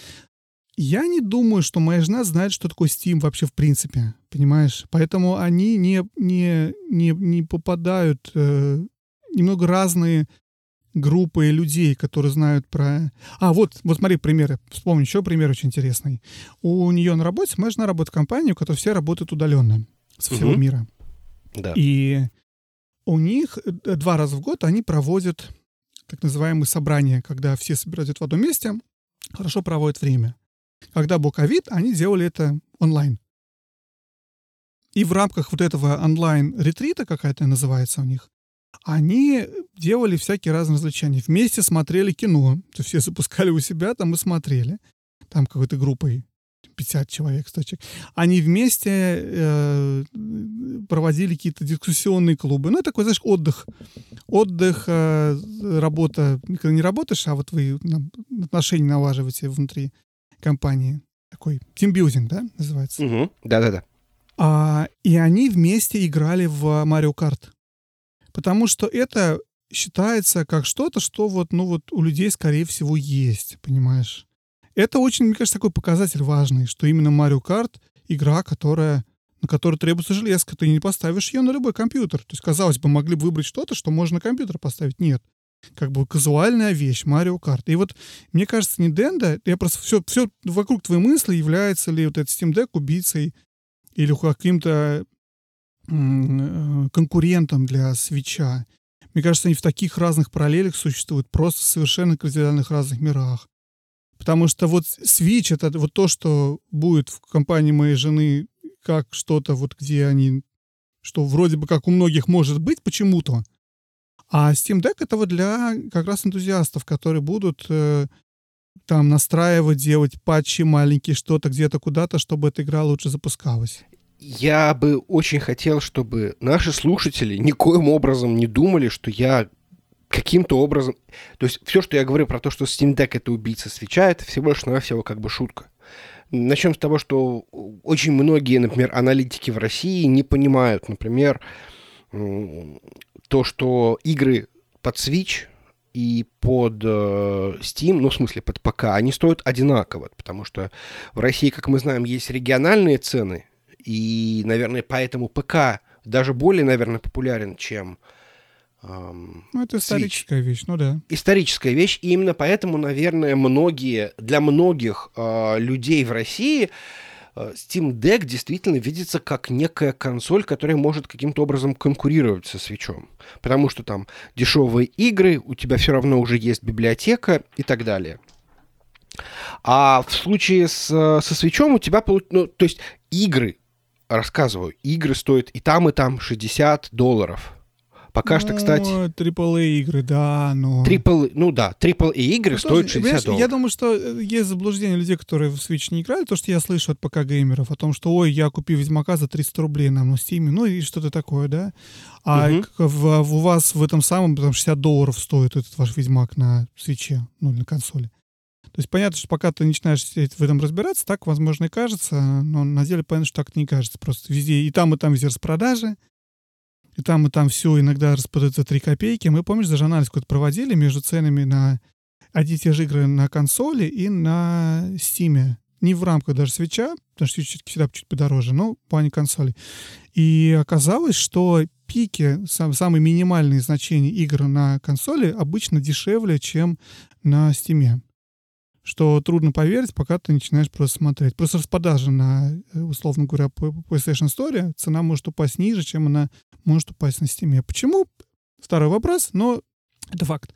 Я не думаю, что моя жена знает, что такое Steam вообще в принципе, понимаешь? Поэтому они не попадают немного разные группы людей, которые знают про... Вот смотри, примеры. Вспомню еще пример очень интересный. У нее на работе, моя жена работает в компании, у которой все работают удаленно со всего мира. Да. И у них 2 раза в год они проводят так называемые собрания, когда все собираются в одном месте, хорошо проводят время. Когда был ковид, они делали это онлайн. И в рамках вот этого онлайн-ретрита, какая-то называется у них, они делали всякие разные развлечения. Вместе смотрели кино. То есть все запускали у себя там и смотрели. Там какой-то группой. 50 человек, 100 человек, они вместе проводили какие-то дискуссионные клубы. Ну, такой, знаешь, отдых, работа, когда не работаешь, а вот вы отношения налаживаете внутри компании. Такой тимбилдинг, да, называется? Угу. Да-да-да. И они вместе играли в Mario Kart. Потому что это считается как что-то, что вот у людей, скорее всего, есть, понимаешь? Это очень, мне кажется, такой показатель важный, что именно Mario Kart — игра, на которую требуется железка. Ты не поставишь ее на любой компьютер. То есть, казалось бы, могли бы выбрать что-то, что можно на компьютер поставить. Нет. Как бы казуальная вещь, Mario Kart. И вот, мне кажется, Nintendo, я просто все вокруг твоей мысли, является ли вот этот Steam Deck убийцей или каким-то конкурентом для Switch'а. Мне кажется, они в таких разных параллелях существуют, просто в совершенно кардинальных разных мирах. Потому что вот Switch — это вот то, что будет в компании моей жены, как что-то вот где они, что вроде бы как у многих может быть почему-то. А Steam Deck — это вот для как раз энтузиастов, которые будут там настраивать, делать патчи маленькие, что-то где-то куда-то, чтобы эта игра лучше запускалась. Я бы очень хотел, чтобы наши слушатели никоим образом не думали, что я каким-то образом... То есть все, что я говорю про то, что Steam Deck — это убийца Switch'а, это всего лишь навсего как бы шутка. Начнем с того, что очень многие, например, аналитики в России не понимают, например, то, что игры под Switch и под Steam, ну, в смысле, под ПК, они стоят одинаково, потому что в России, как мы знаем, есть региональные цены, и, наверное, поэтому ПК даже более, наверное, популярен, чем Ну, это историческая вещь, ну да. Историческая вещь, и именно поэтому, наверное, для многих людей в России Steam Deck действительно видится как некая консоль, которая может каким-то образом конкурировать со Switch'ом. Потому что там дешевые игры, у тебя все равно уже есть библиотека и так далее. А в случае со Switch'ом у тебя... Ну, то есть игры, рассказываю, игры стоят и там $60. Пока что, кстати... AAA игры, да, но... AAA игры стоят $60. Я думаю, что есть заблуждение людей, которые в Switch не играли, то, что я слышу от ПК-геймеров о том, что, ой, я купил Ведьмака за 300 рублей на Steam, ну и что-то такое, да? А у вас в этом самом, там, $60 стоит этот ваш Ведьмак на Switch'е, ну, на консоли. То есть понятно, что пока ты начинаешь в этом разбираться, так, возможно, и кажется, но на деле понятно, что так не кажется. Просто везде, и там везде распродажи, и там все иногда распродается 3 копейки. Мы, помнишь, даже анализ какой-то проводили между ценами на одни и те же игры на консоли и на Steam. Не в рамках даже Switch'а, потому что Switch всегда чуть подороже, но в плане консолей. И оказалось, что пики, самые минимальные значения игр на консоли обычно дешевле, чем на Steam. Что трудно поверить, пока ты начинаешь просто смотреть. Просто распродажа на, условно говоря, PlayStation Store, цена может упасть ниже, чем она может упасть на Steam. Почему? Второй вопрос, но это факт.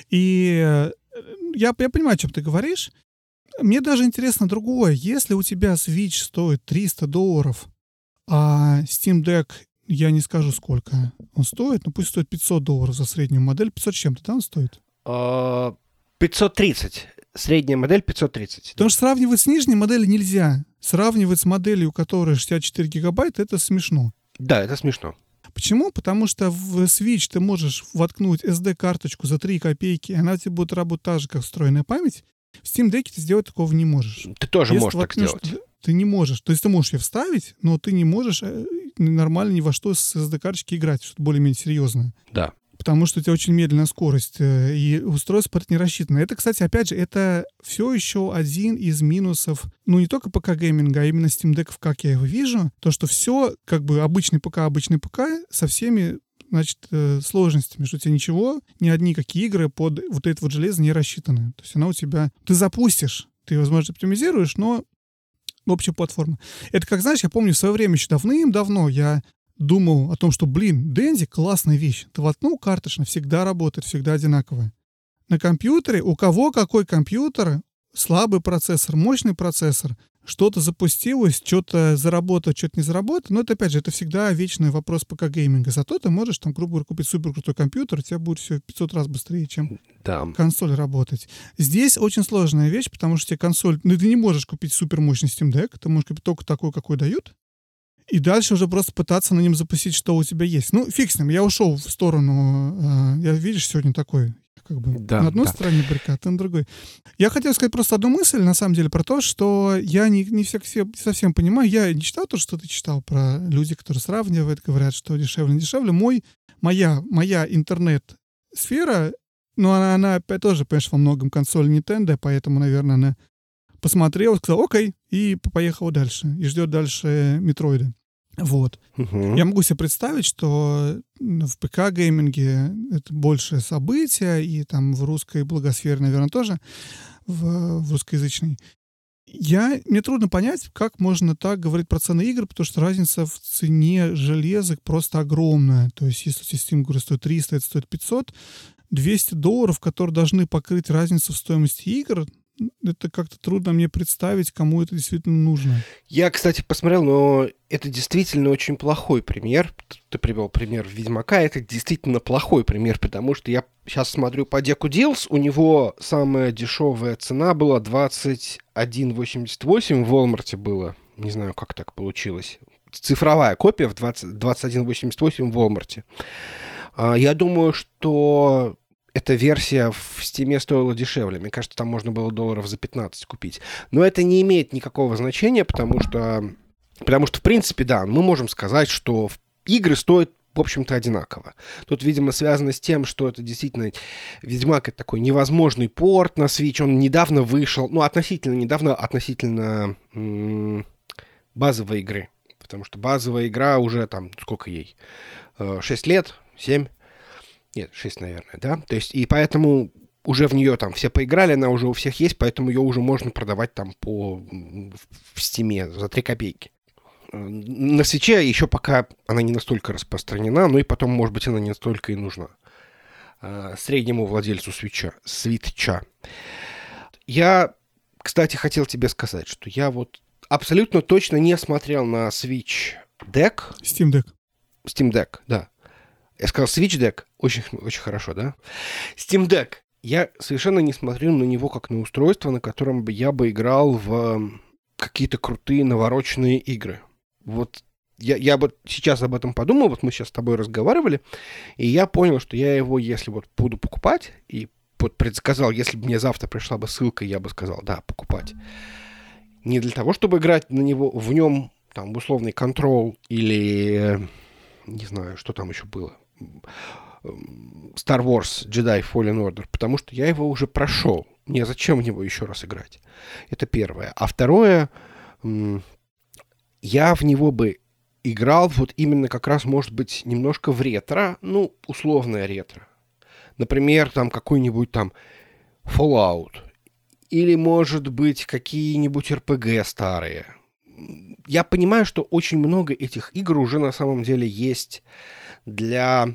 И я понимаю, о чем ты говоришь. Мне даже интересно другое. Если у тебя Switch стоит $300, а Steam Deck, я не скажу, сколько он стоит, но пусть стоит $500 за среднюю модель. 500 с чем-то, да, он стоит? 530. Средняя модель 530. Потому что сравнивать с нижней моделью нельзя. Сравнивать с моделью, у которой 64 гигабайта, это смешно. Да, это смешно. Почему? Потому что в Switch ты можешь воткнуть SD-карточку за 3 копейки, и она тебе будет работать так же, как встроенная память. В Steam Deck ты сделать такого не можешь. Ты тоже можешь так сделать. Ты не можешь. То есть ты можешь ее вставить, но ты не можешь нормально ни во что с SD-карточки играть, что-то более-менее серьезное. Да. Потому что у тебя очень медленная скорость, и устройство под это не рассчитано. Это, кстати, опять же, это все еще один из минусов, ну, не только ПК-гейминга, а именно Steam Deck, как я его вижу, то, что все, как бы, обычный ПК со всеми, значит, сложностями, что у тебя ничего, ни одни какие игры под вот это вот железо не рассчитаны. То есть она у тебя... Ты запустишь, ты, возможно, оптимизируешь, но общая платформа. Это, как, знаешь, я помню, в свое время, еще давным-давно я думал о том, что, Dendy — классная вещь. Ты воткнул карточно, всегда работает, всегда одинаковая. На компьютере, у кого какой компьютер, слабый процессор, мощный процессор, что-то запустилось, что-то заработало, что-то не заработало. Но это, опять же, это всегда вечный вопрос ПК-гейминга. Зато ты можешь, там, грубо говоря, купить суперкрутой компьютер, у тебя будет все 500 раз быстрее, чем консоль работать. Здесь очень сложная вещь, потому что тебе консоль... Ну, ты не можешь купить супермощный Steam Deck, ты можешь купить только такой, какой дают, и дальше уже просто пытаться на нем запустить, что у тебя есть. Ну, фиг с ним, я ушел в сторону... Я, видишь, сегодня такой... Как бы на одной стороне баррикад, а на другой. Я хотел сказать просто одну мысль, на самом деле, про то, что я не совсем понимаю. Я не читал то, что ты читал про людей, которые сравнивают, говорят, что дешевле, не дешевле. Моя интернет-сфера, ну, она опять тоже, понимаешь, во многом консоль Nintendo, поэтому, наверное, она посмотрела, сказала, окей, и поехала дальше. И ждет дальше Метроида. Вот. Я могу себе представить, что в ПК-гейминге это большее событие, и там в русской благосфере, наверное, тоже, в русскоязычной. Мне трудно понять, как можно так говорить про цены игр, потому что разница в цене железок просто огромная. То есть если Steam, говорю, стоит 300, это стоит 500, $200, которые должны покрыть разницу в стоимости игр, это как-то трудно мне представить, кому это действительно нужно. Я, кстати, посмотрел, но это действительно очень плохой пример. Ты привел пример Ведьмака, это действительно плохой пример, потому что я сейчас смотрю по Deku Deals, у него самая дешевая цена была 21.88, в Walmart было, не знаю, как так получилось. Цифровая копия в 21.88 в Walmart. Я думаю, что эта версия в Steam стоила дешевле. Мне кажется, там можно было $15 купить. Но это не имеет никакого значения, потому что, в принципе, да, мы можем сказать, что игры стоят, в общем-то, одинаково. Тут, видимо, связано с тем, что это действительно Ведьмак — это такой невозможный порт на Switch. Он недавно вышел, ну, относительно недавно, относительно базовой игры. Потому что базовая игра уже там, сколько ей? 6 лет? 7? Нет, 6, наверное, да? То есть, и поэтому уже в нее там все поиграли, она уже у всех есть, поэтому ее уже можно продавать там в Steam за 3 копейки. На Switch еще пока она не настолько распространена, но и потом, может быть, она не настолько и нужна среднему владельцу Switch. Я, кстати, хотел тебе сказать, что я вот абсолютно точно не смотрел на Switch Deck. Steam Deck, да. Я сказал Switch Deck. Очень, очень хорошо, да? Steam Deck. Я совершенно не смотрю на него как на устройство, на котором бы я бы играл в какие-то крутые навороченные игры. Вот я бы сейчас об этом подумал, вот мы сейчас с тобой разговаривали, и я понял, что я его, если вот буду покупать, и вот предсказал, если бы мне завтра пришла бы ссылка, я бы сказал, да, покупать. Не для того, чтобы играть на него, в нем, там, в условный Control или, не знаю, что там еще было, Star Wars Jedi Fallen Order, потому что я его уже прошел. Мне зачем в него еще раз играть? Это первое. А второе, я в него бы играл вот именно как раз, может быть, немножко в ретро, ну, условное ретро. Например, там какой-нибудь там Fallout. Или, может быть, какие-нибудь RPG старые. Я понимаю, что очень много этих игр уже на самом деле есть для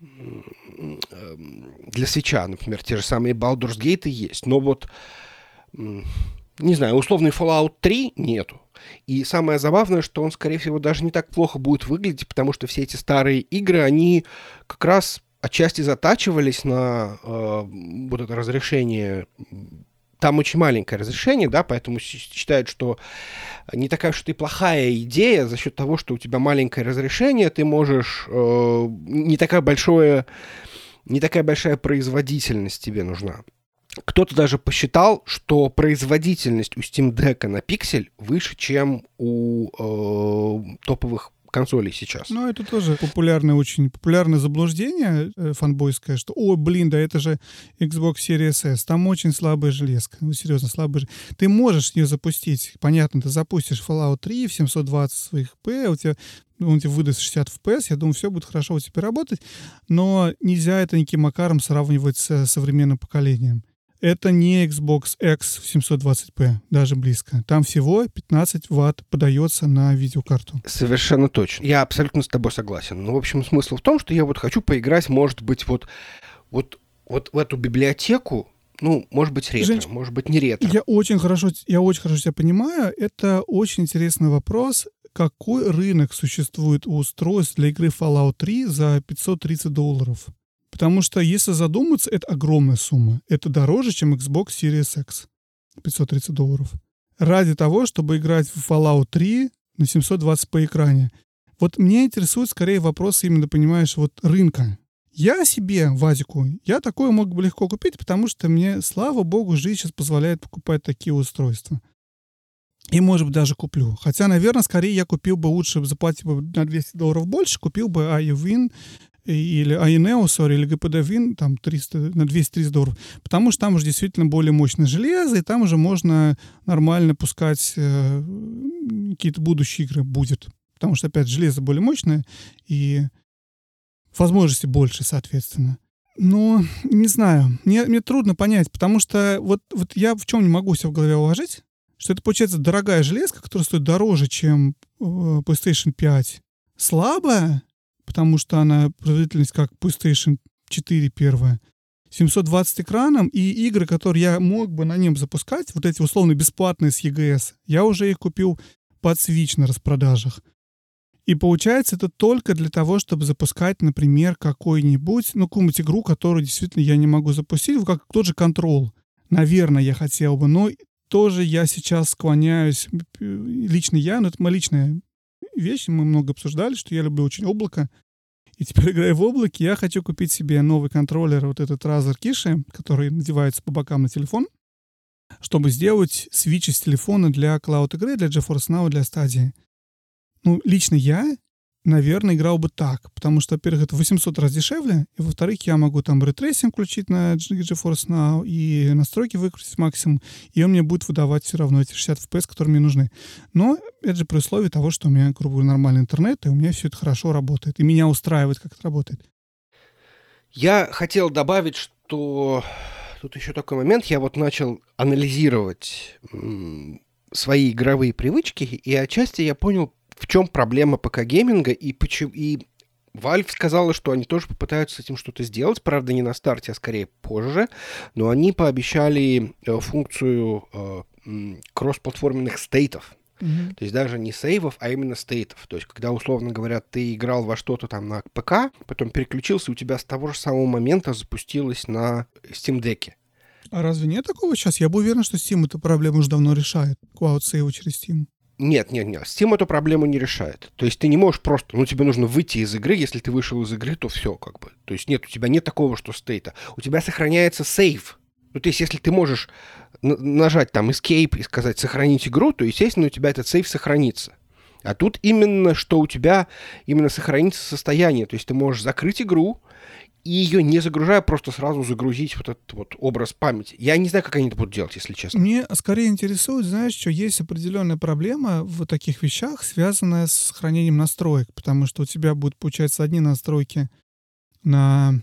Switch'а, например, те же самые Baldur's Gate есть, но вот, не знаю, условный Fallout 3 нету. И самое забавное, что он, скорее всего, даже не так плохо будет выглядеть, потому что все эти старые игры, они как раз отчасти затачивались на вот это разрешение. Там очень маленькое разрешение, да, поэтому считают, что не такая уж и плохая идея за счет того, что у тебя маленькое разрешение, ты можешь... не такая большая производительность тебе нужна. Кто-то даже посчитал, что производительность у Steam Deck на пиксель выше, чем у топовых консолей сейчас. Ну, это тоже очень популярное заблуждение фанбойское, что, да это же Xbox Series S, там очень слабая железка. Ну, серьезно, слабая. Ты можешь ее запустить, понятно, ты запустишь Fallout 3 в 720 своих P, он тебе выдаст 60 FPS, я думаю, все будет хорошо у тебя работать, но нельзя это никаким макаром сравнивать с современным поколением. Это не Xbox X в 720p, даже близко. Там всего 15 ватт подается на видеокарту. Совершенно точно. Я абсолютно с тобой согласен. Ну, в общем, смысл в том, что я вот хочу поиграть, может быть, вот в эту библиотеку Ну, может быть, ретро, Женечка, может быть, не ретро. я очень хорошо тебя понимаю. Это очень интересный вопрос. Какой рынок существует у устройств для игры Fallout 3 за $530? Потому что, если задуматься, это огромная сумма. Это дороже, чем Xbox Series X. $530. Ради того, чтобы играть в Fallout 3 на 720p экране. Вот меня интересует скорее вопрос именно, понимаешь, вот рынка. Я себе, Вадику, я такое мог бы легко купить, потому что мне, слава богу, жизнь сейчас позволяет покупать такие устройства. И, может быть, даже куплю. Хотя, наверное, скорее я купил бы лучше, заплатил бы на $200 больше, купил бы iWin или iNeo, или GPD Win, там на $230. Потому что там уже действительно более мощное железо, и там уже можно нормально пускать какие-то будущие игры будет. Потому что, опять, железо более мощное, и возможности больше, соответственно. Но, не знаю, мне трудно понять, потому что вот я в чем не могу себя в голове уложить, что это, получается, дорогая железка, которая стоит дороже, чем PlayStation 5. Слабая, потому что она производительность как PlayStation 4 первая. 720 экраном, и игры, которые я мог бы на нем запускать, вот эти условно бесплатные с EGS, я уже их купил под Switch на распродажах. И получается, это только для того, чтобы запускать, например, какую-нибудь игру, которую действительно я не могу запустить, как тот же Control. Наверное, я хотел бы, но тоже я сейчас склоняюсь, лично я, но это моя личная вещь, мы много обсуждали, что я люблю очень облако, и теперь, играя в облаке, я хочу купить себе новый контроллер, вот этот Razer Kishi, который надевается по бокам на телефон, чтобы сделать свитч из телефона для клауд-игры, для GeForce Now, для Stadia. Ну, лично я, наверное, играл бы так, потому что, во-первых, это 800 раз дешевле, и, во-вторых, я могу там рейтрейсинг включить на GeForce Now и настройки выкрутить максимум, и он мне будет выдавать все равно эти 60 FPS, которые мне нужны. Но это же при условии того, что у меня, грубо говоря, нормальный интернет, и у меня все это хорошо работает, и меня устраивает, как это работает. Я хотел добавить, что тут еще такой момент. Я вот начал анализировать свои игровые привычки, и отчасти я понял, в чем проблема ПК-гейминга, и Valve сказала, что они тоже попытаются с этим что-то сделать, правда, не на старте, а скорее позже, но они пообещали функцию кроссплатформенных стейтов. То есть даже не сейвов, а именно стейтов. То есть когда, условно говоря, ты играл во что-то там на ПК, потом переключился, и у тебя с того же самого момента запустилось на Steam Deck. А разве нет такого сейчас? Я бы уверен, что Steam эту проблему уже давно решает. Клауд-сейвы через Steam. Нет. Steam эту проблему не решает. То есть ты не можешь просто... тебе нужно выйти из игры. Если ты вышел из игры, то все как бы. То есть нет, у тебя нет такого, что стейта. У тебя сохраняется сейв. То есть если ты можешь нажать там Escape и сказать «сохранить игру», то, естественно, у тебя этот сейв сохранится. А тут именно, что у тебя именно сохранится состояние. То есть ты можешь закрыть игру и ее не загружая, просто сразу загрузить вот этот вот образ памяти. Я не знаю, как они это будут делать, если честно. Мне скорее интересует, знаешь, что есть определенная проблема в таких вещах, связанная с сохранением настроек, потому что у тебя будут, получается, одни настройки на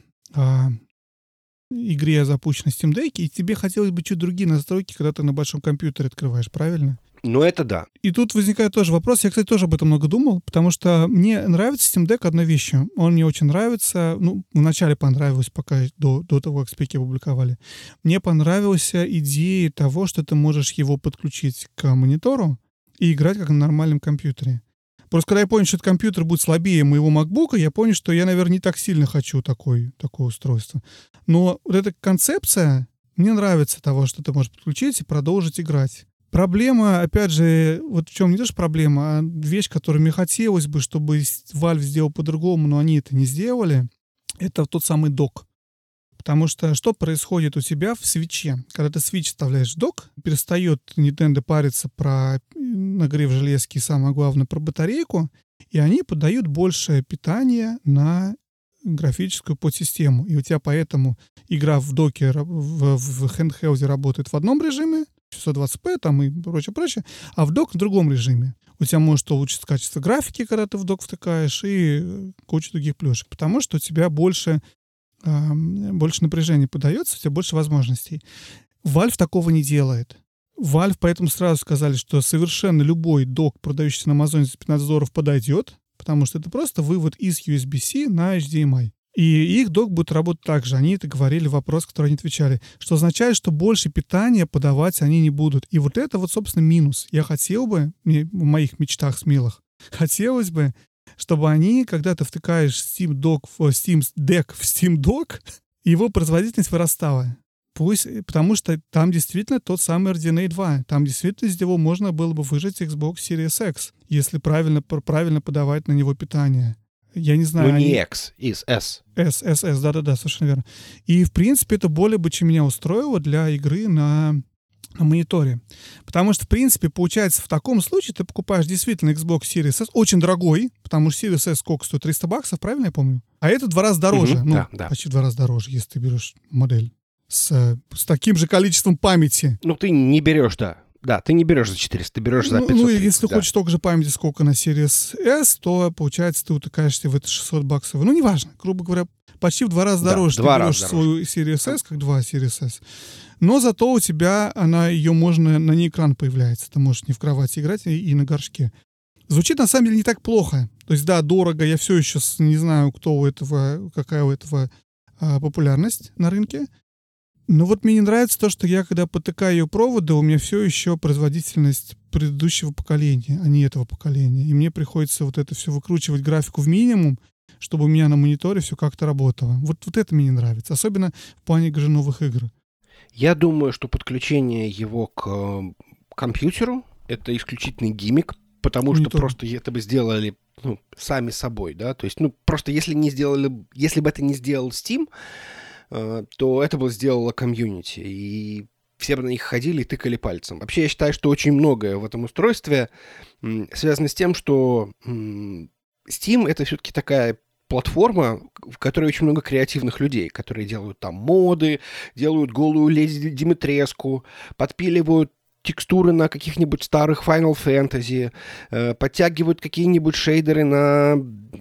игре, запущенной в Steam Deck, и тебе хотелось бы чуть другие настройки, когда ты на большом компьютере открываешь, правильно? Ну, это да. И тут возникает тоже вопрос. Я, кстати, тоже об этом много думал, потому что мне нравится Steam Deck одной вещью. Он мне очень нравится. Вначале понравилось, пока до того, как спеки опубликовали. Мне понравилась идея того, что ты можешь его подключить к монитору и играть как на нормальном компьютере. Просто когда я понял, что этот компьютер будет слабее моего MacBook, я понял, что я, наверное, не так сильно хочу такое устройство. Но вот эта концепция мне нравится того, что ты можешь подключить и продолжить играть. Проблема, опять же, вот в чем не тоже проблема, а вещь, которую мне хотелось бы, чтобы Valve сделал по-другому, но они это не сделали, это тот самый док. Потому что что происходит у тебя в свитче? Когда ты Switch вставляешь в док, перестает Nintendo париться про нагрев железки и, самое главное, про батарейку, и они подают больше питания на графическую подсистему. И у тебя поэтому игра в доке, в handheld работает в одном режиме, 620p там и прочее, а в док в другом режиме. У тебя может улучшиться качество графики, когда ты в док втыкаешь, и куча других плюшек, потому что у тебя больше напряжения подается, у тебя больше возможностей. Valve такого не делает. Valve поэтому сразу сказали, что совершенно любой док, продающийся на Амазоне за $15, подойдет, потому что это просто вывод из USB-C на HDMI. И их док будет работать так же. Они это говорили, вопрос, который они отвечали, что означает, что больше питания подавать они не будут. И вот это вот, собственно, минус. Я хотел бы, в моих мечтах смелых, хотелось бы, чтобы они, когда ты втыкаешь Steam Deck в Steam Dock, его производительность вырастала. Пусть, потому что там действительно тот самый RDNA 2. Там действительно из него можно было бы выжать Xbox Series X, если правильно подавать на него питание. Я не знаю. Ну, не X, S. S, да, совершенно верно. И, в принципе, это более бы, чем меня устроило для игры на мониторе. Потому что, в принципе, получается, в таком случае ты покупаешь действительно Xbox Series S, очень дорогой, потому что Series S сколько стоит? $300, правильно я помню? А это 2 раза дороже. Да. Почти 2 раза дороже, если ты берешь модель с таким же количеством памяти. Ну, ты не берешь, да. Да, ты не берешь за 400, ты берешь за 500. Ну, если ты хочешь столько же памяти, сколько на Series S, то, получается, ты утыкаешься в это $600. Ну, неважно. Грубо говоря, почти в 2 раза дороже ты берешь свою Series S, как 2 Series S. Но зато у тебя ее можно, на ней экран появляется. Ты можешь не в кровати играть и на горшке. Звучит, на самом деле, не так плохо. То есть, да, дорого. Я все еще не знаю, какая у этого популярность на рынке. Но вот мне не нравится то, что я, когда потыкаю ее проводы, у меня все еще производительность предыдущего поколения, а не этого поколения. И мне приходится вот это все выкручивать графику в минимум, чтобы у меня на мониторе все как-то работало. Вот это мне не нравится. Особенно в плане даже новых игр. Я думаю, что подключение его к компьютеру — это исключительный гиммик, потому что просто это бы сделали сами собой, да. То есть, просто если бы это не сделал Steam, то это бы сделала комьюнити, и все бы на них ходили и тыкали пальцем. Вообще, я считаю, что очень многое в этом устройстве связано с тем, что Steam — это все-таки такая платформа, в которой очень много креативных людей, которые делают там моды, делают голую Леди Димитреску, подпиливают текстуры на каких-нибудь старых Final Fantasy, подтягивают какие-нибудь шейдеры на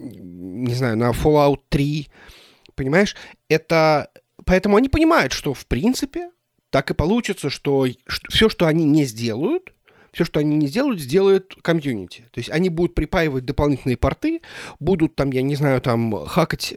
Fallout 3. Понимаешь? Поэтому они понимают, что, в принципе, так и получится, что все, что они не сделают, сделает комьюнити. То есть они будут припаивать дополнительные порты, будут хакать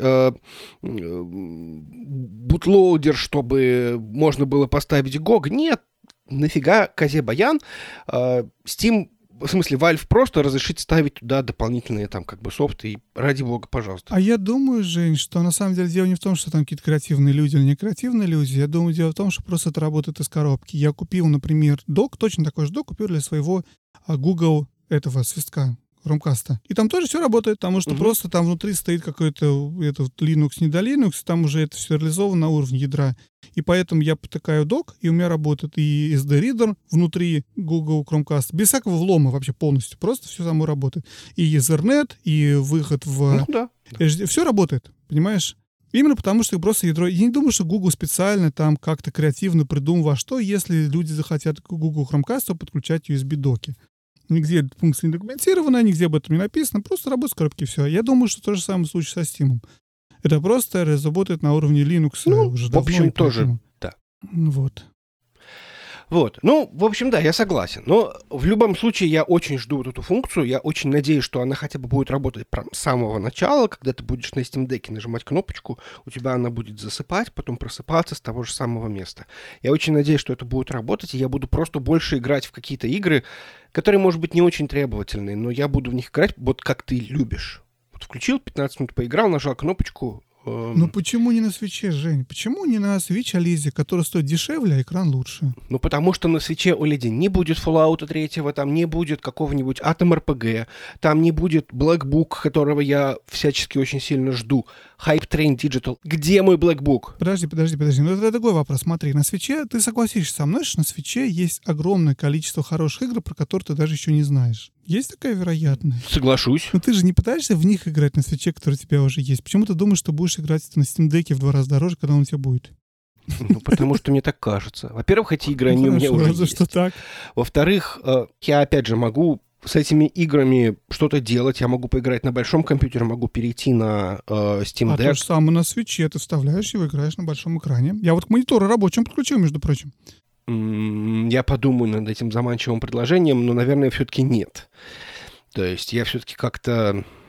бутлоудер, чтобы можно было поставить GOG. Нет, нафига козе-баян. Steam, в смысле, Valve просто разрешит ставить туда дополнительные софты, и ради бога, пожалуйста. А я думаю, Жень, что на самом деле дело не в том, что там какие-то креативные люди или не креативные люди. Я думаю, дело в том, что просто это работает из коробки. Я купил, например, док, точно такой же док, купил для своего Google свистка, Chromecast. И там тоже все работает, потому что просто там внутри стоит какой-то Linux, не до Linux, там уже это все реализовано на уровне ядра. И поэтому я потыкаю док, и у меня работает и SD-ридер внутри Google Chromecast, без всякого влома вообще полностью, просто все само работает. И Ethernet, и выход в... Все работает, понимаешь? Именно потому, что просто ядро... Я не думаю, что Google специально там как-то креативно придумал, что если люди захотят к Google Chromecast подключать USB-доки. Нигде эта функция не документирована, нигде об этом не написано, просто работает с коробки, все. Я думаю, что то же самое случай со Steam. Это просто работает на уровне Linux уже давно. В общем, тоже, да. Вот. В общем, да, я согласен. Но в любом случае я очень жду вот эту функцию. Я очень надеюсь, что она хотя бы будет работать прям с самого начала, когда ты будешь на Steam Deck нажимать кнопочку, у тебя она будет засыпать, потом просыпаться с того же самого места. Я очень надеюсь, что это будет работать, и я буду просто больше играть в какие-то игры, которые, может быть, не очень требовательные, но я буду в них играть вот как ты любишь. Вот включил, 15 минут поиграл, нажал кнопочку. Ну почему не на свитче, Жень? Почему не на Switch OLED, который стоит дешевле, а экран лучше? Ну потому что на свитче OLED не будет Fallout 3, там не будет какого-нибудь Atom RPG, там не будет Black Book, которого я всячески очень сильно жду. Hype Train Digital. Где мой Black Book? Подожди. Ну это другой вопрос. Смотри, на свитче, ты согласишься со мной, что на свитче есть огромное количество хороших игр, про которые ты даже еще не знаешь. Есть такая вероятность? Соглашусь. Но ты же не пытаешься в них играть на свитче, которые у тебя уже есть. Почему ты думаешь, что будешь играть на Steam Deck'е в 2 раза дороже, когда он у тебя будет? Ну, потому что мне так кажется. Во-первых, эти игры, они у меня уже есть. Что так? Во-вторых, я, опять же, могу с этими играми что-то делать. Я могу поиграть на большом компьютере, могу перейти на Steam Deck. А то же самое на свитче. Ты вставляешь его, играешь на большом экране. Я вот к монитору рабочему подключил, между прочим. Я подумаю над этим заманчивым предложением, но, наверное, все-таки нет. То есть я все-таки как-то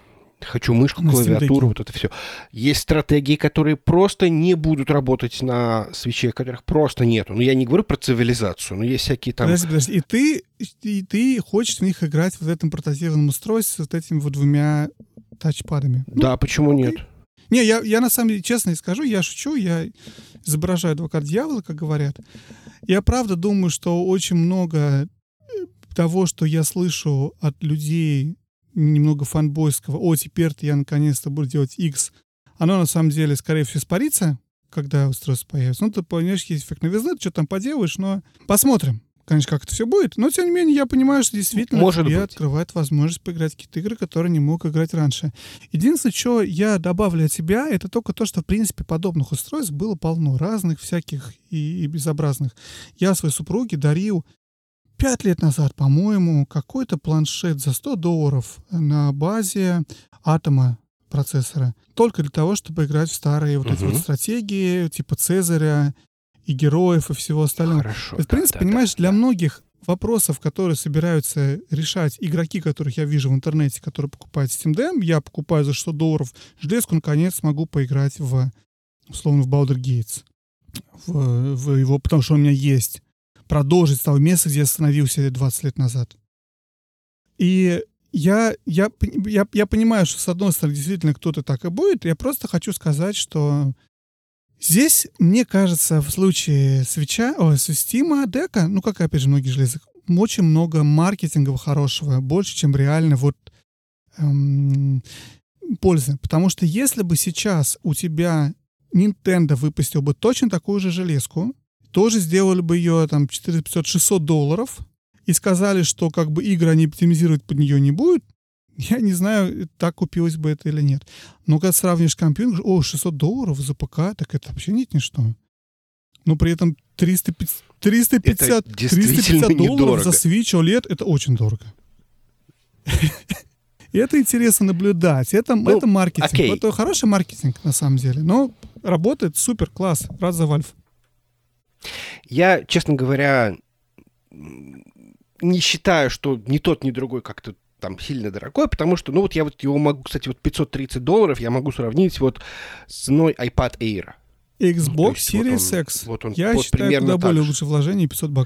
Хочу мышку, На Steam клавиатуру, Deck'е. вот это все. Есть стратегии, которые просто не будут работать на свече, которых просто нету. Ну, я не говорю про цивилизацию, но есть всякие там... Подожди. И ты хочешь в них играть в этом портативном устройстве с вот этими вот 2 тачпадами. Да, почему окей. нет? Не, я на самом деле, честно скажу, я шучу, я изображаю адвокат дьявола, как говорят. Я правда думаю, что очень много того, что я слышу от людей немного фанбойского, теперь-то я наконец-то буду делать X, оно на самом деле, скорее всего, испарится, когда устройство появится. Ну, ты понимаешь, есть эффект новизны, ты что там поделаешь, но посмотрим, конечно, как это все будет. Но, тем не менее, я понимаю, что действительно Может тебе быть. открывает возможность поиграть в какие-то игры, которые не мог играть раньше. Единственное, что я добавлю от себя, это только то, что, в принципе, подобных устройств было полно, разных, всяких и безобразных. Я своей супруге дарил 5 лет назад, по-моему, какой-то планшет за $100 на базе Атома процессора. Только для того, чтобы играть в старые вот эти вот стратегии, типа Цезаря и героев и всего остального. Хорошо. В принципе, понимаешь, для многих вопросов, которые собираются решать игроки, которых я вижу в интернете, которые покупают Steam Deck, я покупаю за $100 железку, наконец смогу поиграть условно, в Baldur's Gates. В его, потому что у меня есть. Продолжить с того места, где я остановился 20 лет назад. И я понимаю, что, с одной стороны, действительно кто-то так и будет. Я просто хочу сказать, что здесь, мне кажется, в случае с Steam дека, ну, как, опять же, многие железки, очень много маркетинга хорошего, больше, чем реально пользы. Потому что если бы сейчас у тебя Nintendo выпустил бы точно такую же железку, тоже сделали бы ее там $400-500 и сказали, что как бы игры они оптимизировать под нее не будут, я не знаю, так купилось бы это или нет. Но когда сравнишь с компьютером, $600 за ПК, так это вообще нет ничто. Но при этом $350 за Switch OLED, это очень дорого. И это интересно наблюдать. Это маркетинг. Окей. Это хороший маркетинг, на самом деле. Но работает супер, класс. Рад за Valve. Я, честно говоря, не считаю, что ни тот, ни другой как-то там сильно дорогой, потому что, я вот его могу, кстати, вот $530 я могу сравнить вот с ценой iPad Air. Xbox Series X. Я считаю, куда более лучше вложение $500.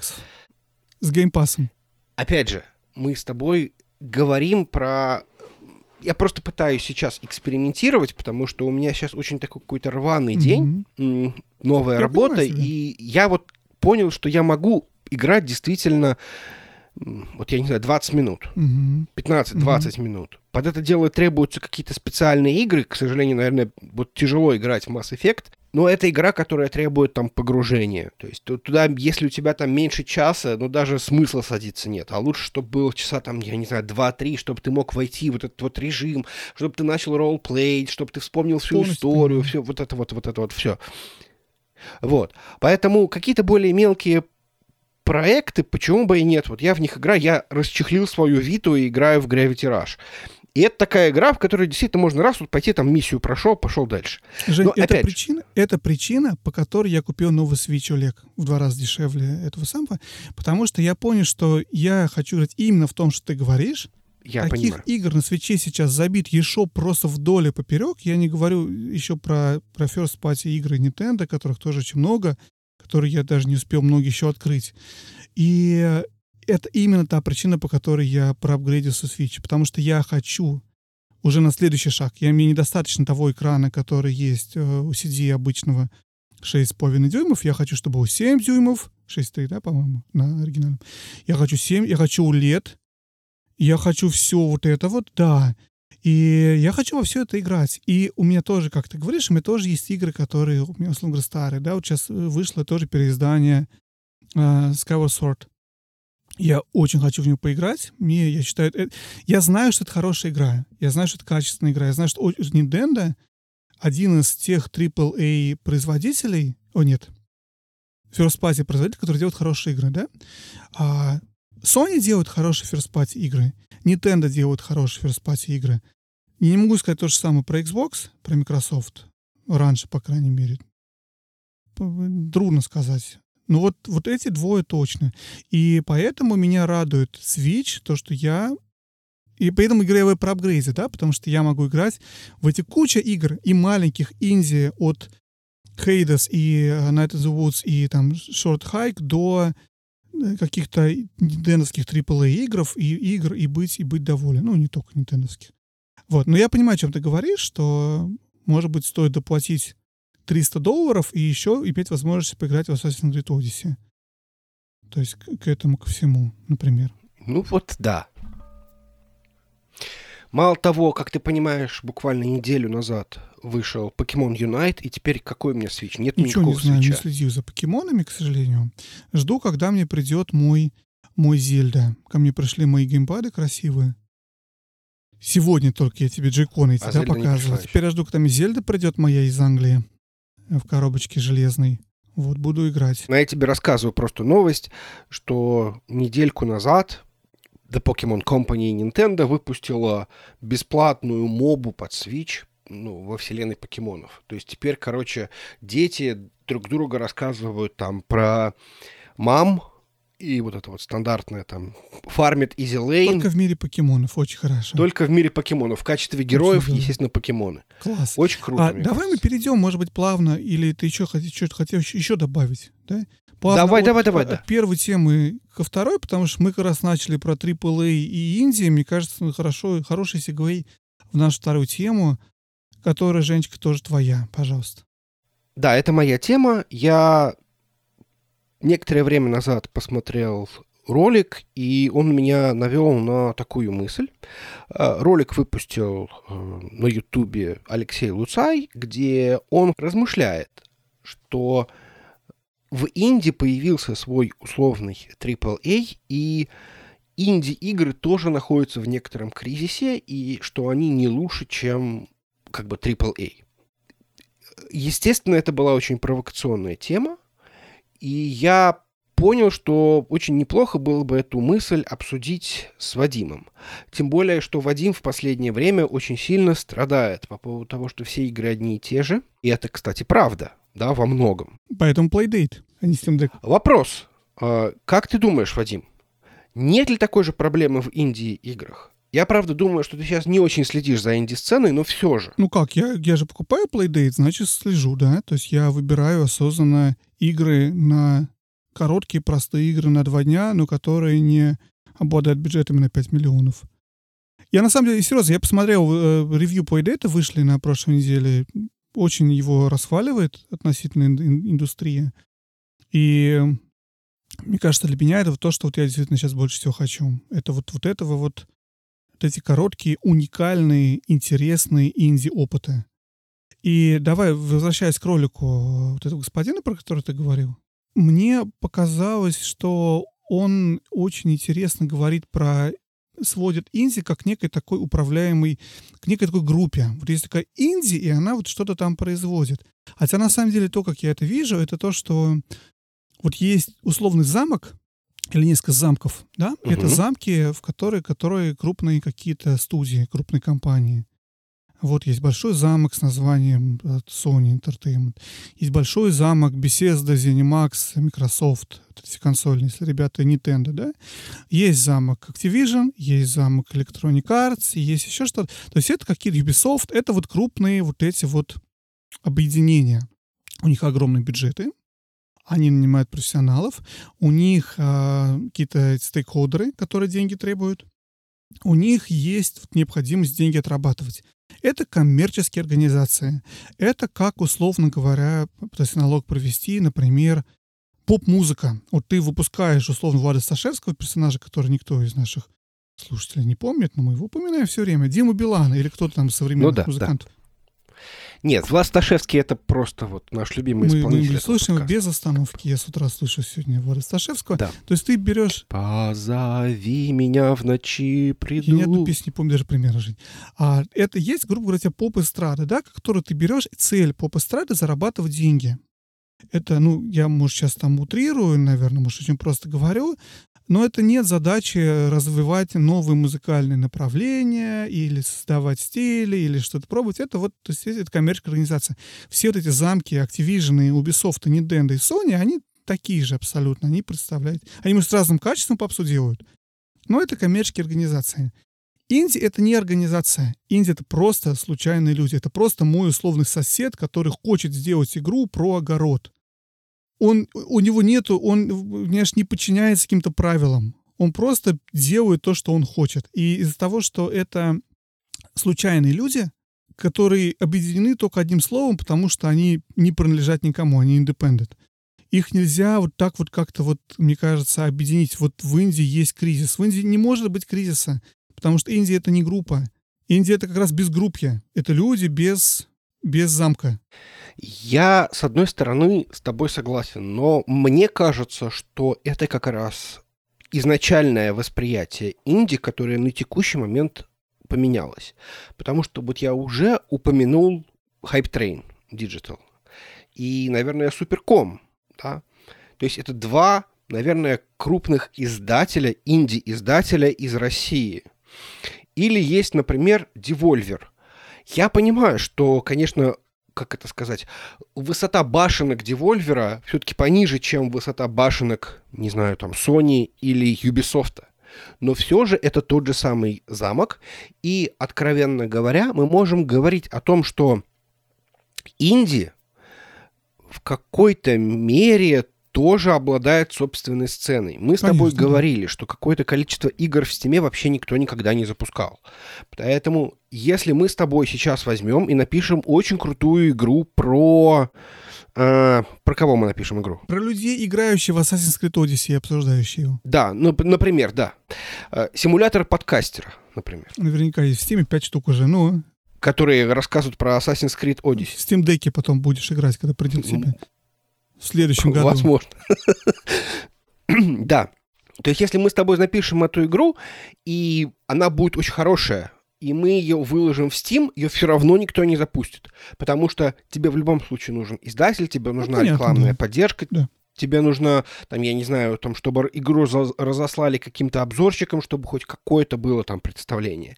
С геймпассом. Опять же, мы с тобой говорим про... Я просто пытаюсь сейчас экспериментировать, потому что у меня сейчас очень такой какой-то рваный день, новая работа, и я вот понял, что я могу играть действительно, вот я не знаю, 20 минут, 15-20 минут. Под это дело требуются какие-то специальные игры, к сожалению, наверное, вот тяжело играть в Mass Effect, но это игра, которая требует там погружения. То есть туда, если у тебя там меньше часа, даже смысла садиться нет. А лучше, чтобы было часа там, я не знаю, 2-3, чтобы ты мог войти в вот этот вот режим, чтобы ты начал ролл-плеить, чтобы ты вспомнил всю историю, все вот это вот все. Вот. Поэтому какие-то более мелкие проекты, почему бы и нет? Вот я в них играю, я расчехлил свою Виту и играю в Gravity Rush. И это такая игра, в которой действительно можно раз вот пойти, там миссию пошел дальше. Жень, это причина, по которой я купил новый Switch OLED в 2 раза дешевле этого самого, потому что я понял, что я хочу играть именно в том, что ты говоришь. Таких игр на Switch'е сейчас забит еще просто вдоль и поперек. Я не говорю еще про First Party игры Nintendo, которых тоже очень много, которые я даже не успел многие еще открыть. И это именно та причина, по которой я проапгрейдился Switch. Потому что я хочу уже на следующий шаг. Мне недостаточно того экрана, который есть у CD обычного 6,5 дюймов. Я хочу, чтобы было 7 дюймов. 6,3, да, по-моему, на оригинальном. Я хочу 7, я хочу OLED. Я хочу все вот это вот, да. И я хочу во все это играть. И у меня тоже, как ты говоришь, у меня тоже есть игры, которые у меня, условно говоря, старые. Да, вот сейчас вышло тоже переиздание Skyward Sword. Я очень хочу в него поиграть. Я считаю, я знаю, что это хорошая игра. Я знаю, что это качественная игра. Я знаю, что Nintendo один из тех AAA производителей... First Party производитель, который делает хорошие игры, да? Sony делает хорошие First Party игры. Nintendo делает хорошие First Party игры. Я не могу сказать то же самое про Xbox, про Microsoft. Раньше, по крайней мере. Трудно сказать. Но вот эти двое точно. И поэтому меня радует Switch, то, что я И поэтому играю я про апгрейде, да, потому что я могу играть в эти куча игр и маленьких инди от Hades и Night in the Woods и там Short Hike до каких-то нинтендовских AAA игр и быть доволен. Ну, не только нинтендовских. Вот. Но я понимаю, о чем ты говоришь, что, может быть, стоит доплатить $300 и еще иметь возможность поиграть в Assassin's Creed Odyssey. То есть к этому, ко всему, например. Ну вот да. Мало того, как ты понимаешь, буквально неделю назад вышел Pokemon Unite, и теперь какой у меня Switch? Нет Ничего никакого не знаю, Switch'а. не следил за покемонами, к сожалению. Жду, когда мне придет мой Зельда. Ко мне пришли мои геймпады красивые. Сегодня только я тебе джейконы эти, Зельда не показываю. пришла Теперь я жду, когда мне Зельда придет моя из Англии в коробочке железной. Вот, буду играть. Но я тебе рассказываю просто новость, что недельку назад The Pokemon Company и Nintendo выпустила бесплатную мобу под Switch, ну, во вселенной покемонов. То есть теперь, короче, дети друг друга рассказывают там про мам и вот это вот стандартное там фармит Easy Lane. Только в мире покемонов, очень хорошо. Только в мире покемонов. В качестве героев, Очень естественно, покемоны. Класс. Очень круто, мне давай мы кажется. перейдем, может быть, плавно, или ты еще хотел еще добавить, да? Плавно Давай, да. От первой темы ко второй, потому что мы как раз начали про AAA и Индии. Мне кажется, хороший сегвей в нашу вторую тему, которая, Женечка, тоже твоя. Пожалуйста. Да, это моя тема. Я некоторое время назад посмотрел ролик, и он меня навел на такую мысль. Ролик выпустил на Ютубе Алексей Луцай, где он размышляет, что в инди появился свой условный AAA, и инди-игры тоже находятся в некотором кризисе, и что они не лучше, чем как бы AAA. Естественно, это была очень провокационная тема, и я понял, что очень неплохо было бы эту мысль обсудить с Вадимом. Тем более, что Вадим в последнее время очень сильно страдает по поводу того, что все игры одни и те же. И это, кстати, правда, да, во многом. Поэтому Playdate, а не Steam Deck. Вопрос. Как ты думаешь, Вадим, нет ли такой же проблемы в инди-играх? Я, правда, думаю, что ты сейчас не очень следишь за инди-сценой, но все же. Ну как, я же покупаю Playdate, значит, слежу, да? То есть я выбираю осознанно игры на короткие, простые игры на 2 дня, но которые не обладают бюджетами на 5 миллионов. Я на самом деле, серьезно, я посмотрел ревью Playdate, вышли на прошлой неделе, очень его расхваливает относительно индустрии. И мне кажется, для меня это вот то, что вот я действительно сейчас больше всего хочу. Это вот эти короткие, уникальные, интересные инди-опыты. И давай, возвращаясь к ролику вот этого господина, про который ты говорил, мне показалось, что он очень интересно сводит инди как некой такой управляемой, к некой такой группе. Вот есть такая инди, и она вот что-то там производит. Хотя на самом деле то, как я это вижу, это то, что вот есть условный замок, или несколько замков, да? Угу. Это замки, в которые крупные какие-то студии, крупные компании. Вот есть большой замок с названием Sony Entertainment. Есть большой замок Bethesda, ZeniMax, Microsoft. Вот эти консольные, если ребята Nintendo, да? Есть замок Activision, есть замок Electronic Arts, есть еще что-то. То есть это какие-то Ubisoft, это вот крупные вот эти вот объединения. У них огромные бюджеты. Они нанимают профессионалов, у них какие-то стейкхолдеры, которые деньги требуют, у них есть необходимость деньги отрабатывать. Это коммерческие организации. Это как, условно говоря, пытаясь налог провести, например, поп-музыка. Вот ты выпускаешь, условно, Влада Сташевского, персонажа, который никто из наших слушателей не помнит, но мы его упоминаем все время, Диму Билана или кто-то там современных музыкантов. Да. Нет, Влад Сташевский — это просто вот наш любимый исполнитель. Мы слышим без остановки. Я с утра слышу сегодня Влада Сташевского. Да. То есть ты берешь... «Позови меня в ночи, приду». Я ни одну песню не помню даже примера, Жень. Это есть, грубо говоря, поп-эстрада, да, которую ты берешь, цель поп-эстрады — зарабатывать деньги. Это, я, может, сейчас там утрирую, наверное, может, очень просто говорю, но это нет задачи развивать новые музыкальные направления или создавать стили, или что-то пробовать. Это вот, то есть это коммерческая организация. Все вот эти замки Activision, Ubisoft, Nintendo и Sony, они такие же абсолютно. Они представляют... Они, может, с разным качеством попсу делают, но это коммерческие организации. Инди — это не организация. Инди — это просто случайные люди. Это просто мой условный сосед, который хочет сделать игру про огород. Он не подчиняется каким-то правилам. Он просто делает то, что он хочет. И из-за того, что это случайные люди, которые объединены только одним словом, потому что они не принадлежат никому, они independent. Их нельзя вот так вот как-то вот, мне кажется, объединить. Вот в Индии есть кризис. В Индии не может быть кризиса, потому что Индия — это не группа. Индия — это как раз безгруппье. Это люди без замка. Я, с одной стороны, с тобой согласен, но мне кажется, что это как раз изначальное восприятие Индии, которое на текущий момент поменялось. Потому что вот я уже упомянул Hype Train Digital и, наверное, Supercom. Да? То есть это два, наверное, крупных издателя, инди-издателя из России. Или есть, например, Devolver. Я понимаю, что, конечно, как это сказать, высота башенок Devolver все-таки пониже, чем высота башенок, не знаю, там, Sony или Ubisoft. Но все же это тот же самый замок. И, откровенно говоря, мы можем говорить о том, что инди в какой-то мере тоже обладает собственной сценой. Мы с тобой говорили, что какое-то количество игр в Steam вообще никто никогда не запускал. Поэтому, если мы с тобой сейчас возьмем и напишем очень крутую игру про кого мы напишем игру? Про людей, играющих в Assassin's Creed Odyssey и обсуждающих его. Да, ну, например, да. Симулятор подкастера, например. Наверняка есть в Steam 5 штук уже, ну... Которые рассказывают про Assassin's Creed Odyssey. В Steam Deck'е потом будешь играть, когда придет тебе. В следующем году. Возможно. Да. То есть, если мы с тобой напишем эту игру, и она будет очень хорошая, и мы ее выложим в Steam, ее все равно никто не запустит. Потому что тебе в любом случае нужен издатель, тебе нужна рекламная поддержка, тебе нужно, там, я не знаю, там, чтобы игру разослали каким-то обзорщикам, чтобы хоть какое-то было там представление.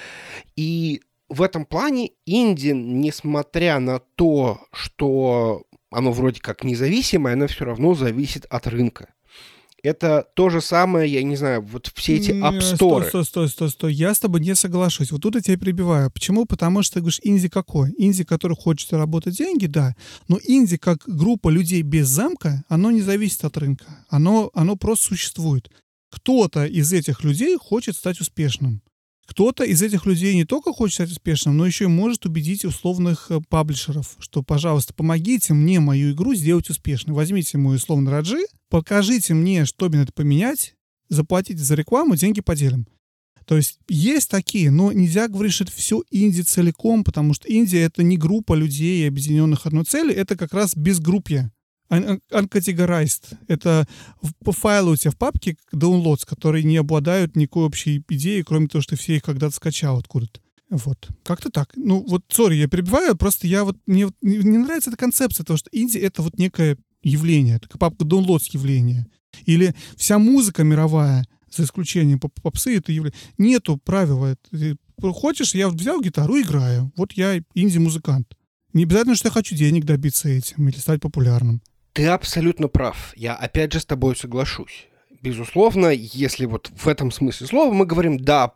И в этом плане инди, несмотря на то, что оно вроде как независимое, оно все равно зависит от рынка. Это то же самое, я не знаю, вот все эти апсторы. Стой. Я с тобой не соглашусь. Вот тут я тебя перебиваю. Почему? Потому что ты говоришь, инди какой? Инди, который хочет заработать деньги, да. Но инди, как группа людей без замка, оно не зависит от рынка. Оно просто существует. Кто-то из этих людей хочет стать успешным. Кто-то из этих людей не только хочет стать успешным, но еще и может убедить условных паблишеров, что, пожалуйста, помогите мне мою игру сделать успешной. Возьмите мой условный Раджи, покажите мне, что мне надо поменять, заплатите за рекламу, деньги поделим. То есть есть такие, но нельзя говорить, что это все инди целиком, потому что инди — это не группа людей, объединенных одной целью, это как раз безгруппье. Uncategorized. Это по файлу у тебя в папке downloads, которые не обладают никакой общей идеей, кроме того, что ты все их когда-то скачал откуда-то. Вот. Как-то так. Ну, вот, сори, я перебиваю, просто мне не нравится эта концепция, потому что инди — это вот некое явление, это папка downloads явление. Или вся музыка мировая, за исключением попсы, это явление. Нету правила. Ты хочешь, я взял гитару и играю. Вот я инди-музыкант. Не обязательно, что я хочу денег добиться этим или стать популярным. Ты абсолютно прав. Я опять же с тобой соглашусь. Безусловно, если вот в этом смысле слова мы говорим, да,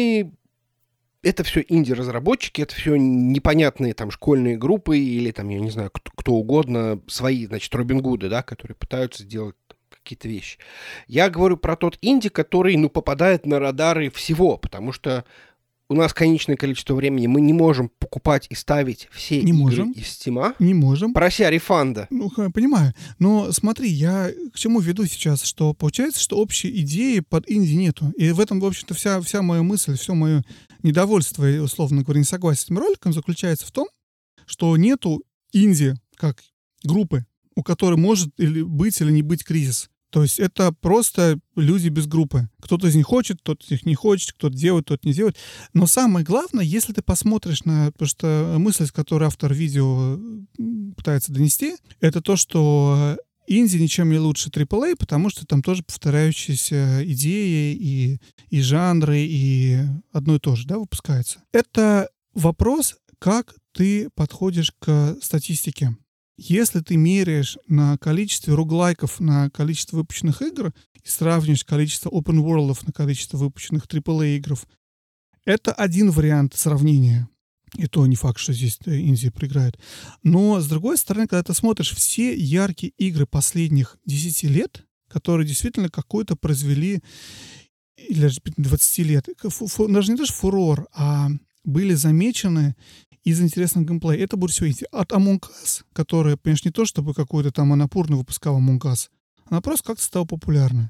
это все инди-разработчики, это все непонятные там школьные группы или там, я не знаю, кто угодно, свои, значит, Робин Гуды, да, которые пытаются сделать какие-то вещи. Я говорю про тот инди, который, попадает на радары всего, потому что у нас конечное количество времени, мы не можем покупать и ставить все игры из Steam. Не можем. Прося рефанда. Ну, понимаю. Но смотри, я к чему веду сейчас, что получается, что общей идеи под инди нету. И в этом, в общем-то, вся моя мысль, все мое недовольство и, условно говоря, несогласие с этим роликом заключается в том, что нету инди как группы, у которой может быть или не быть кризис. То есть это просто люди без группы. Кто-то из них хочет, кто-то из них не хочет, кто-то делает, кто-то не делает. Но самое главное, если ты посмотришь на... Потому что мысль, которую автор видео пытается донести, это то, что инди ничем не лучше AAA, потому что там тоже повторяющиеся идеи и жанры, и одно и то же, да, выпускается. Это вопрос, как ты подходишь к статистике. Если ты меряешь на количестве роглайков, на количество выпущенных игр и сравниваешь количество open world'ов на количество выпущенных AAA игр, Это один вариант сравнения. И то не факт, что здесь Индия проиграет. Но, с другой стороны, когда ты смотришь все яркие игры последних 10 лет, которые действительно какой-то произвели, или даже 20 лет, даже не даже фурор, а были замечены из интересного геймплея. Это будет все от Among Us, которая, понимаешь, не то чтобы какой-то там Анапурна выпускала Among Us, она просто как-то стала популярна.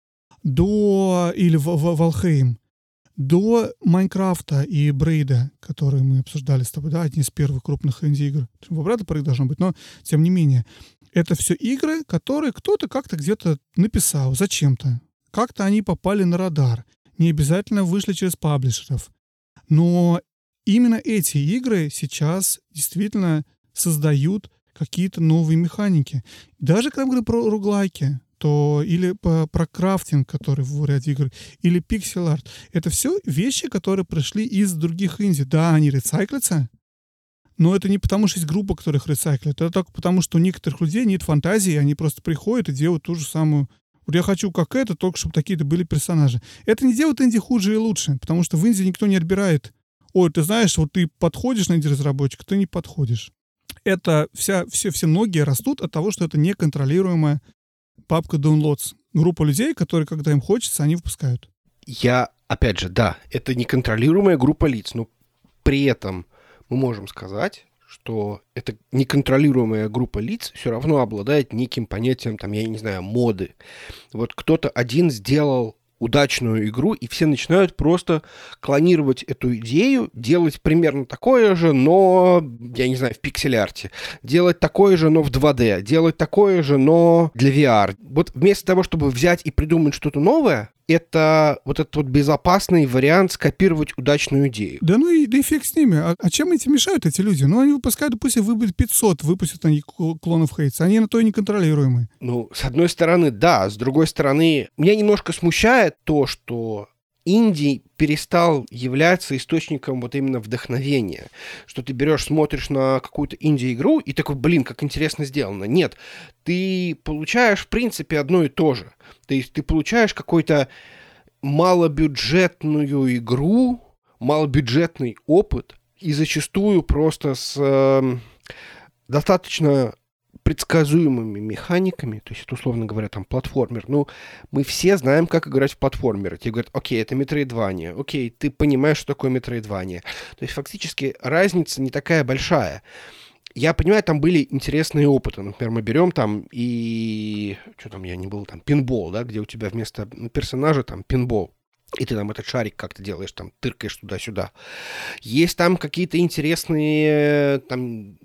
Или Valheim, до Майнкрафта и Брейда, которые мы обсуждали с тобой, да, одни из первых крупных инди-игр. Обратно проект должно быть, но тем не менее. Это все игры, которые кто-то как-то где-то написал зачем-то. Как-то они попали на радар. Не обязательно вышли через паблишеров. Но именно эти игры сейчас действительно создают какие-то новые механики. Даже когда мы говорим про роглайки, или про крафтинг, который в ряде игр, или пиксель-арт. Это все вещи, которые пришли из других инди. Да, они ресайклятся, но это не потому, что есть группа, которых ресайклят. Это только потому, что у некоторых людей нет фантазии, они просто приходят и делают ту же самую... Вот я хочу как это, только чтобы такие-то были персонажи. Это не делает инди хуже и лучше, потому что в инди никто не отбирает. Ой, ты знаешь, вот ты подходишь на инди-разработчика, ты не подходишь. Это все ноги растут от того, что это неконтролируемая папка downloads. Группа людей, которые, когда им хочется, они выпускают. Опять же, да, это неконтролируемая группа лиц, но при этом мы можем сказать, что эта неконтролируемая группа лиц все равно обладает неким понятием, там, я не знаю, моды. Вот кто-то один сделал удачную игру, и все начинают просто клонировать эту идею, делать примерно такое же, но, я не знаю, в пиксель-арте, делать такое же, но в 2D, делать такое же, но для VR. Вот вместо того, чтобы взять и придумать что-то новое, это вот этот вот безопасный вариант скопировать удачную идею. Да и фиг с ними. А чем эти мешают, эти люди? Они выпускают, пусть их выберут 500, выпустят они клонов Хейтс. Они на то и неконтролируемые. С одной стороны, да. С другой стороны, меня немножко смущает то, что инди перестал являться источником вот именно вдохновения. Что ты берешь, смотришь на какую-то инди-игру и такой, как интересно сделано. Нет, ты получаешь, в принципе, одно и то же. То есть ты получаешь какой-то малобюджетную игру, малобюджетный опыт и зачастую просто с достаточно предсказуемыми механиками, то есть это, условно говоря, там, платформер. Мы все знаем, как играть в платформеры. Тебе говорят, окей, это Metroidvania. Окей, ты понимаешь, что такое Metroidvania. То есть фактически разница не такая большая. Я понимаю, там были интересные опыты. Например, мы берем там пинбол, да, где у тебя вместо персонажа там пинбол. И ты там этот шарик как-то делаешь, там, тыркаешь туда-сюда. Есть там какие-то интересные, там,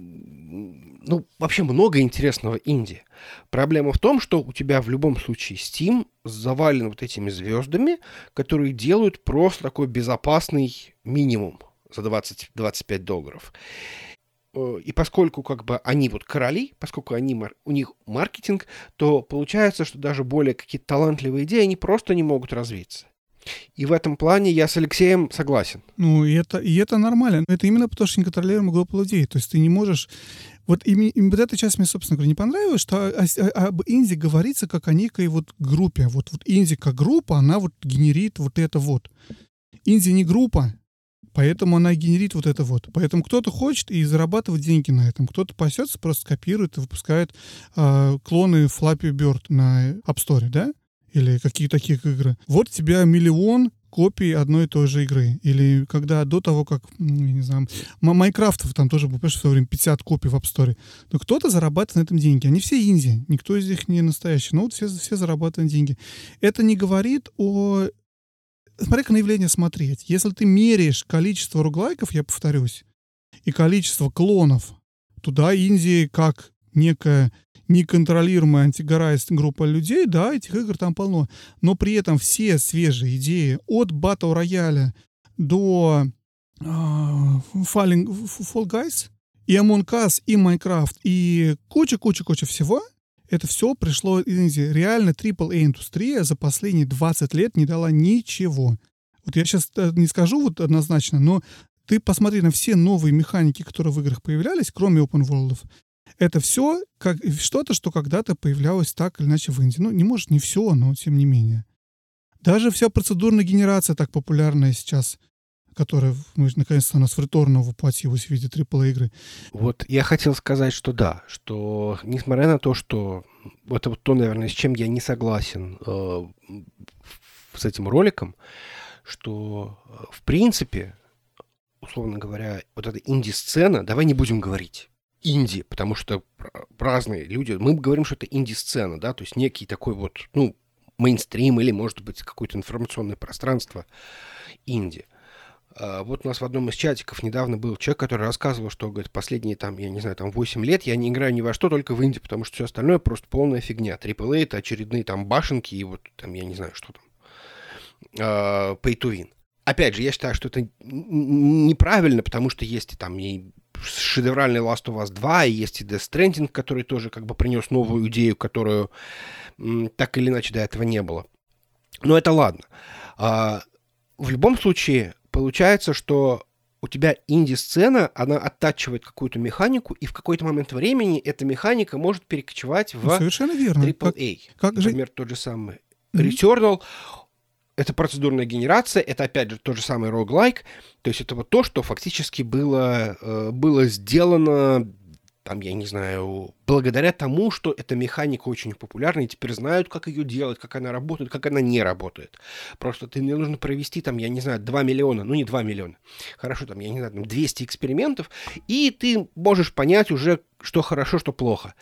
вообще много интересного инди. Проблема в том, что у тебя в любом случае Steam завален вот этими звездами, которые делают просто такой безопасный минимум за $20-25. И поскольку они вот короли, поскольку у них маркетинг, то получается, что даже более какие-то талантливые идеи, они просто не могут развиться. И в этом плане я с Алексеем согласен. И это нормально. Это именно потому, что неконтролируемая группа людей. То есть ты не можешь... Вот эта часть мне, собственно говоря, не понравилась, что об инди говорится как о некой вот группе. Вот инди как группа, она вот генерит вот это вот. Инди не группа, поэтому она генерит вот это вот. Поэтому кто-то хочет и зарабатывать деньги на этом. Кто-то пасется, просто копирует и выпускает клоны Flappy Bird на App Store, да? Или какие-то таких игры. Вот у тебя 1 миллион копий одной и той же игры. Или когда до того, как, я не знаю, Майнкрафтов там тоже, понимаешь, в свое время 50 копий в App Store. Но кто-то зарабатывает на этом деньги. Они все инди. Никто из них не настоящий. Но вот все зарабатывают деньги. Это не говорит о... Смотри-ка на явление смотреть. Если ты меряешь количество роглайков, я повторюсь, и количество клонов, туда инди как некая неконтролируемая антигарайст группа людей, да, этих игр там полно. Но при этом все свежие идеи от Battle Royale до Fall Guys, и Among Us, и Minecraft, и куча всего, это все пришло из инди. Реально AAA-индустрия за последние 20 лет не дала ничего. Вот я сейчас не скажу вот однозначно, но ты посмотри на все новые механики, которые в играх появлялись, кроме open world'ов. Это все как что-то, что когда-то появлялось так или иначе в инди. Не все, но тем не менее. Даже вся процедурная генерация так популярная сейчас. которая наконец-то у нас в Returnal воплотилась в виде AAA-игры. Вот я хотел сказать, что да, что несмотря на то, что это вот то, наверное, с чем я не согласен с этим роликом, что в принципе, условно говоря, вот эта инди-сцена, давай не будем говорить инди, потому что разные люди, мы говорим, что это инди-сцена, да, то есть некий такой вот, ну, мейнстрим или, может быть, какое-то информационное пространство инди. Вот у нас в одном из чатиков недавно был человек, который рассказывал, что, говорит, последние, там, я не знаю, там, 8 лет я не играю ни во что, только в инди, потому что все остальное просто полная фигня. AAA — это очередные там башенки и вот там, я не знаю, что там, pay to win. Опять же, я считаю, что это неправильно, потому что есть и там и шедевральный Last of Us 2, и есть и Death Stranding, который тоже как бы принес новую идею, которую так или иначе до этого не было. Но это ладно. В любом случае, получается, что у тебя инди-сцена, она оттачивает какую-то механику, и в какой-то момент времени эта механика может перекочевать в Совершенно верно. AAA. Как же... Например, тот же самый Returnal. Это процедурная генерация, это, опять же, тот же самый roguelike. То есть это вот то, что фактически было сделано, там, я не знаю, благодаря тому, что эта механика очень популярна, и теперь знают, как ее делать, как она работает, как она не работает. Просто не нужно провести, там, я не знаю, 2 миллиона, ну не 2 миллиона, хорошо, там, я не знаю, 200 экспериментов, и ты можешь понять уже, что хорошо, что плохо.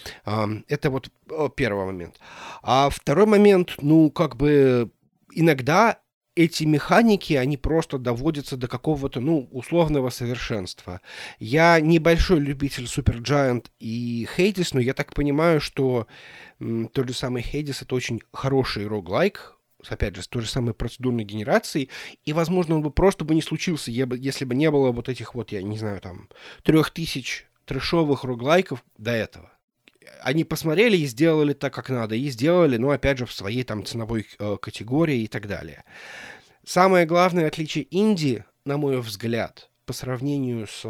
Это вот первый момент. А второй момент, ну, как бы... Иногда эти механики, они просто доводятся до какого-то, ну, условного совершенства. Я небольшой любитель Supergiant и Hades, но я так понимаю, что тот же самый Hades — это очень хороший роглайк, опять же, с той же самой процедурной генерацией, и, возможно, он бы просто не случился, если бы не было вот этих вот, я не знаю, там, 3000 трэшовых роглайков до этого. Они посмотрели и сделали так, как надо, и сделали, ну, опять же, в своей там ценовой категории и так далее. Самое главное отличие инди, на мой взгляд, по сравнению с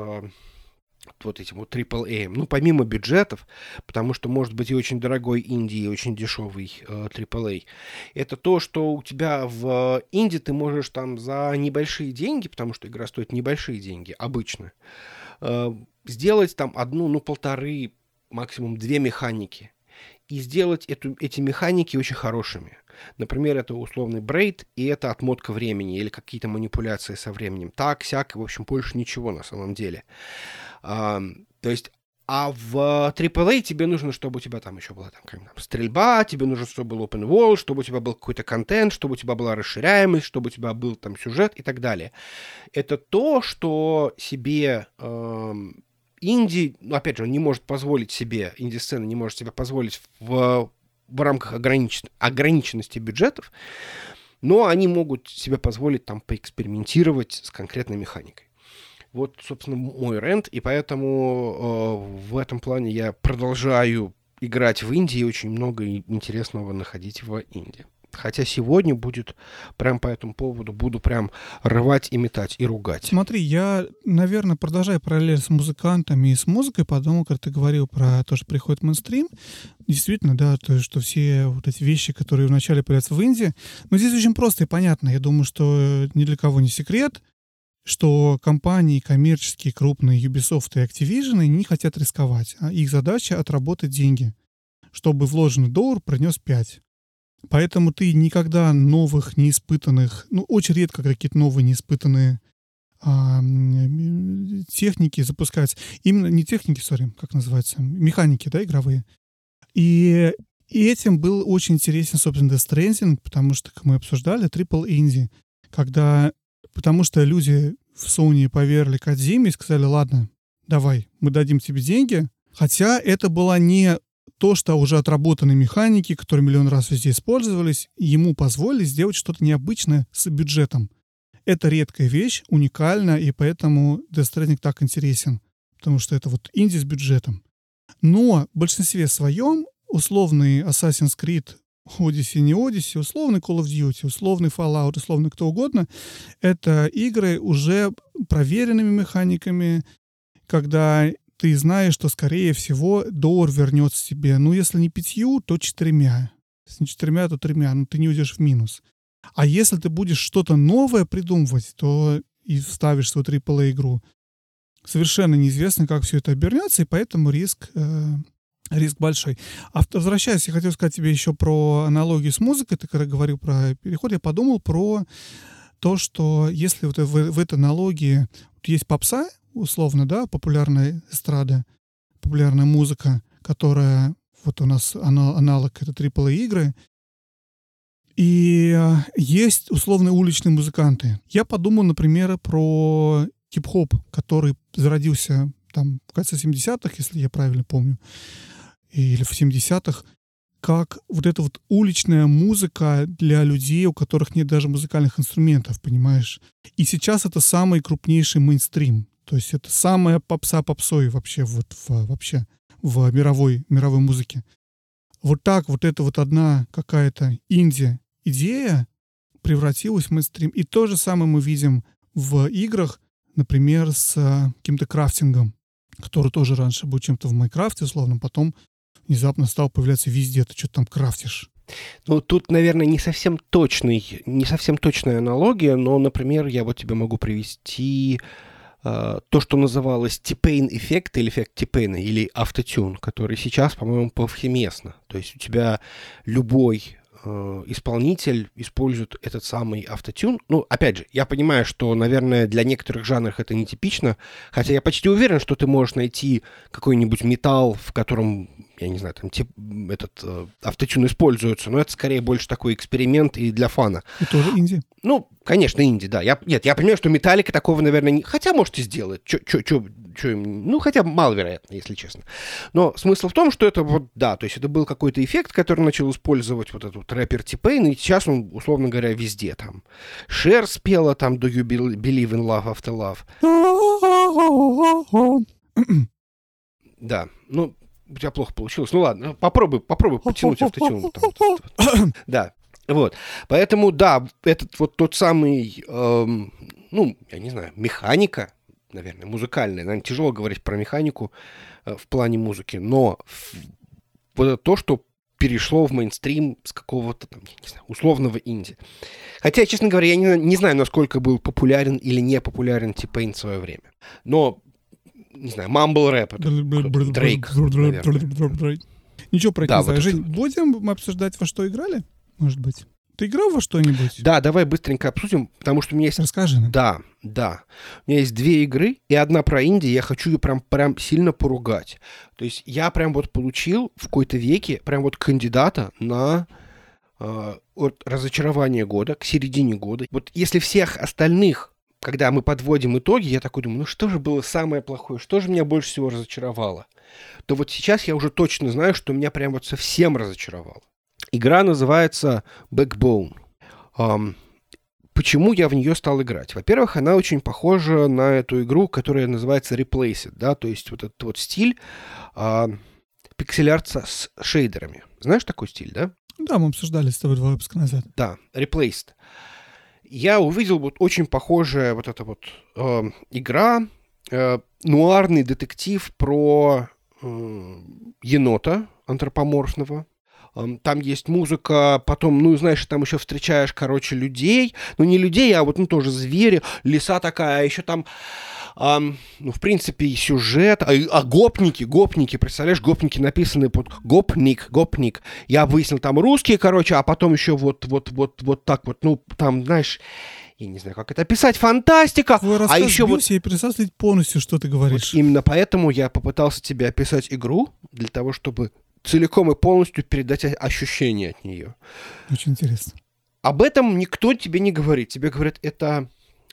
вот этим вот AAA, ну, помимо бюджетов, потому что может быть и очень дорогой инди, и очень дешевый AAA, это то, что у тебя в инди ты можешь там за небольшие деньги, потому что игра стоит небольшие деньги, обычно, сделать там одну, ну, полторы, максимум 2 механики, и сделать эти механики очень хорошими. Например, это условный брейд, и это отмотка времени, или какие-то манипуляции со временем. Так, сяк, в общем, больше ничего на самом деле. То есть, а в AAA тебе нужно, чтобы у тебя там еще была там стрельба, тебе нужно, чтобы был open world, чтобы у тебя был какой-то контент, чтобы у тебя была расширяемость, чтобы у тебя был там сюжет и так далее. Это то, что себе... инди, ну, опять же, он не может позволить себе, инди-сцена не может себе позволить в рамках ограниченности бюджетов, но они могут себе позволить там поэкспериментировать с конкретной механикой. Вот, собственно, мой рент, и поэтому в этом плане я продолжаю играть в инди и очень много интересного находить в инди. Хотя сегодня будет прям по этому поводу буду прям рвать и метать, и ругать. Смотри, я, наверное, продолжаю параллель с музыкантами и с музыкой, подумал, когда ты говорил про то, что приходит мейнстрим. Действительно, да, то есть, что все вот эти вещи, которые вначале появляются в инди, но здесь очень просто и понятно. Я думаю, что ни для кого не секрет, что компании коммерческие, крупные, Ubisoft и Activision, не хотят рисковать. А их задача — отработать деньги, чтобы вложенный $1 принес 5. Поэтому ты никогда новых, неиспытанных, ну, очень редко какие-то новые, неиспытанные техники запускаются. Именно не техники, как называется, механики, да, игровые. И этим был очень интересен, собственно, Death Stranding, потому что, как мы обсуждали, Triple Indie. Потому что люди в Sony поверили Кодзиме и сказали: ладно, давай, мы дадим тебе деньги. Хотя это была не то, что уже отработанные механики, которые миллион раз везде использовались, ему позволили сделать что-то необычное с бюджетом. Это редкая вещь, уникальная, и поэтому Death Stranding так интересен. Потому что это вот инди с бюджетом. Но в большинстве своем условный Assassin's Creed, Odyssey, не Odyssey, условный Call of Duty, условный Fallout, условный кто угодно, это игры уже проверенными механиками, когда ты знаешь, что, скорее всего, $1 вернется тебе, ну, если не 5, то 4. Если не 4, то 3, но ты не уйдешь в минус. А если ты будешь что-то новое придумывать, то и вставишь свою AAA-игру. Совершенно неизвестно, как все это обернется, и поэтому риск большой. Возвращаясь, я хотел сказать тебе еще про аналогию с музыкой. Ты когда говорил про переход, я подумал про то, что если вот в этой аналогии есть попса, условно, да, популярная эстрада, популярная музыка, которая вот у нас аналог — это AAA-игры, и есть условные уличные музыканты. Я подумал, например, про хип-хоп, который зародился там в конце 70-х, если я правильно помню, или в 70-х, как вот эта вот уличная музыка для людей, у которых нет даже музыкальных инструментов, понимаешь? И сейчас это самый крупнейший мейнстрим. То есть это самая попса попсой вообще в мировой музыке. Вот так вот эта вот одна какая-то инди-идея превратилась в мейнстрим. И то же самое мы видим в играх, например, с каким-то крафтингом, который тоже раньше был чем-то в Майнкрафте, условно, потом внезапно стал появляться везде. Ты что-то там крафтишь. Ну, тут, наверное, не совсем точная аналогия, но, например, я вот тебе могу привести то, что называлось T-Pain эффект или эффект T-Pain или автотюн, который сейчас, по-моему, повсеместно. То есть у тебя любой исполнитель использует этот самый автотюн. Ну, опять же, я понимаю, что, наверное, для некоторых жанров это нетипично, хотя я почти уверен, что ты можешь найти какой-нибудь металл, в котором, я не знаю, там этот автотюн используется, но это скорее больше такой эксперимент и для фана. И тоже инди. Ну, конечно, инди, да. Я понимаю, что Металлика такого, наверное, не... Хотя, можете сделать. Ну, хотя маловероятно, если честно. Но смысл в том, что это вот, да, то есть это был какой-то эффект, который начал использовать вот этот рэпер T-Pain, и сейчас он, условно говоря, везде там. Cher спела там Do You Believe in Love After Love? Да, ну, у тебя плохо получилось. Ну ладно, попробуй потянуть автотюн. Да. Вот, поэтому, да, этот вот тот самый, ну, я не знаю, механика, наверное, музыкальная, наверное, тяжело говорить про механику в плане музыки, но вот это то, что перешло в мейнстрим с какого-то, там, я не знаю, условного инди. Хотя, честно говоря, я не знаю, насколько был популярен или не популярен T-Pain в свое время, но, не знаю, мамбл-рэп, Дрейк, наверное. Ничего про это да, не знаю. вот Жень, будем мы обсуждать, во что играли? Может быть. Ты играл во что-нибудь? Да, давай быстренько обсудим, потому что у меня есть... Расскажи нам. Да. У меня есть 2 игры, и одна про инди, я хочу ее прям сильно поругать. То есть я прям вот получил в какой-то веке прям вот кандидата на от разочарования года к середине года. Вот если всех остальных, когда мы подводим итоги, я такой думаю, ну что же было самое плохое, что же меня больше всего разочаровало? То вот сейчас я уже точно знаю, что меня прям вот совсем разочаровало. Игра называется Backbone. Почему я в нее стал играть? Во-первых, она очень похожа на эту игру, которая называется Replaced, да, то есть вот этот вот стиль пиксель-арт с шейдерами. Знаешь такой стиль, да? Да, мы обсуждали с тобой 2 выпуска назад. Да, Replaced. Я увидел вот очень похожая вот эта вот игра, нуарный детектив про енота антропоморфного. Там есть музыка, потом, ну, знаешь, там еще встречаешь, короче, людей. Ну, не людей, а вот, ну, тоже звери. Лиса такая, еще там, ну, в принципе, и сюжет. Гопники, представляешь, гопники написаны под гопник. Я выяснил, там русские, короче, а потом еще вот так вот, ну, там, знаешь... Я не знаю, как это описать. Фантастика! Твой рассказ еще сбился, я перестал следить полностью, что ты говоришь. Вот именно поэтому я попытался тебе описать игру, для того, чтобы целиком и полностью передать ощущения от нее. Очень интересно. Об этом никто тебе не говорит. Тебе говорят, это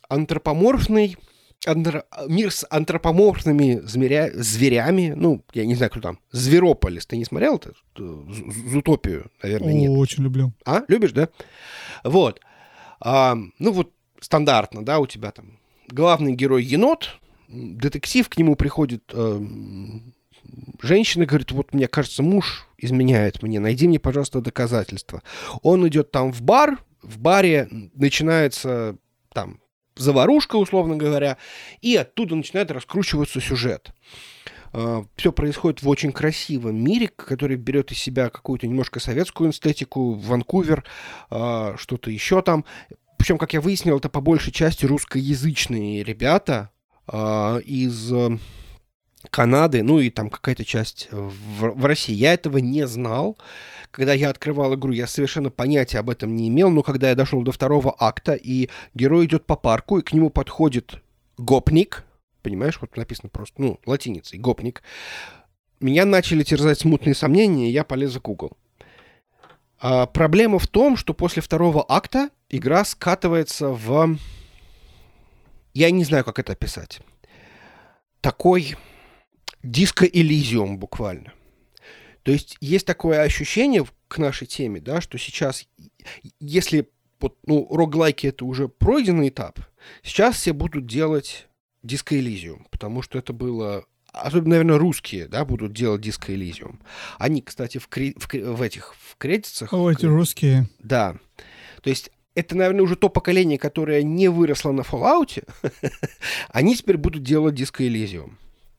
мир с антропоморфными зверями. Ну, я не знаю, кто там. Зверополис. Ты не смотрел это? Зутопию, наверное, нет. Очень люблю. А? Любишь, да? Вот. Ну, вот стандартно, да, у тебя там главный герой енот, детектив, к нему приходит женщина, говорит, вот мне кажется, муж изменяет мне, найди мне, пожалуйста, доказательства. Он идет там в бар, в баре начинается там заварушка, условно говоря, и оттуда начинает раскручиваться сюжет. Все происходит в очень красивом мире, который берет из себя какую-то немножко советскую эстетику, Ванкувер, что-то еще там. Причем, как я выяснил, это по большей части русскоязычные ребята из Канады, ну и там какая-то часть в России. Я этого не знал. Когда я открывал игру, я совершенно понятия об этом не имел, но когда я дошел до второго акта, и герой идет по парку, и к нему подходит гопник, понимаешь, вот написано просто, ну, латиницей, гопник, меня начали терзать смутные сомнения, и я полез в Google. Проблема в том, что после второго акта игра скатывается в... Я не знаю, как это описать. Такой диско-элизиум буквально. То есть есть такое ощущение к нашей теме, да, что сейчас, если вот, ну, роглайки это уже пройденный этап, сейчас все будут делать диско-элизиум, потому что это было... Особенно, наверное, русские, да, будут делать диско-элизиум. Они, кстати, в кредитах... Эти русские. Да. То есть это, наверное, уже то поколение, которое не выросло на Fallout, они теперь будут делать диско-элизиум.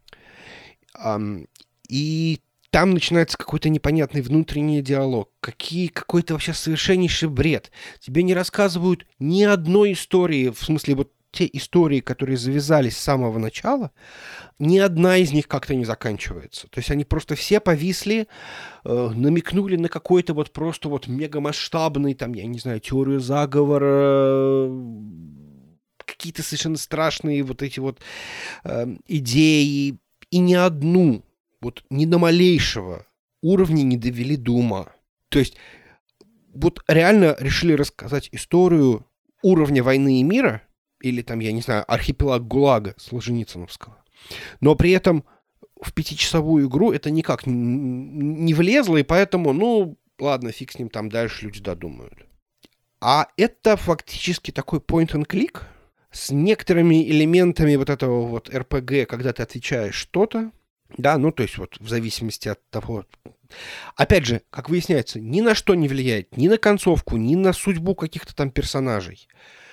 И там начинается какой-то непонятный внутренний диалог, какой-то вообще совершеннейший бред. Тебе не рассказывают ни одной истории, в смысле вот те истории, которые завязались с самого начала, ни одна из них как-то не заканчивается. То есть они просто все повисли, намекнули на какой-то вот просто вот мегамасштабный, там, я не знаю, теорию заговора, какие-то совершенно страшные вот эти вот идеи, и ни одну, вот ни до малейшего уровня не довели до ума. То есть вот реально решили рассказать историю уровня «Войны и мира», или там, я не знаю, архипелаг ГУЛАГа Солженицыновского. Но при этом в 5-часовую игру это никак не влезло, и поэтому, ну, ладно, фиг с ним, там дальше люди додумают. А это фактически такой point-and-click с некоторыми элементами вот этого вот RPG, когда ты отвечаешь что-то, да, ну, то есть вот в зависимости от того... Опять же, как выясняется, ни на что не влияет, ни на концовку, ни на судьбу каких-то там персонажей.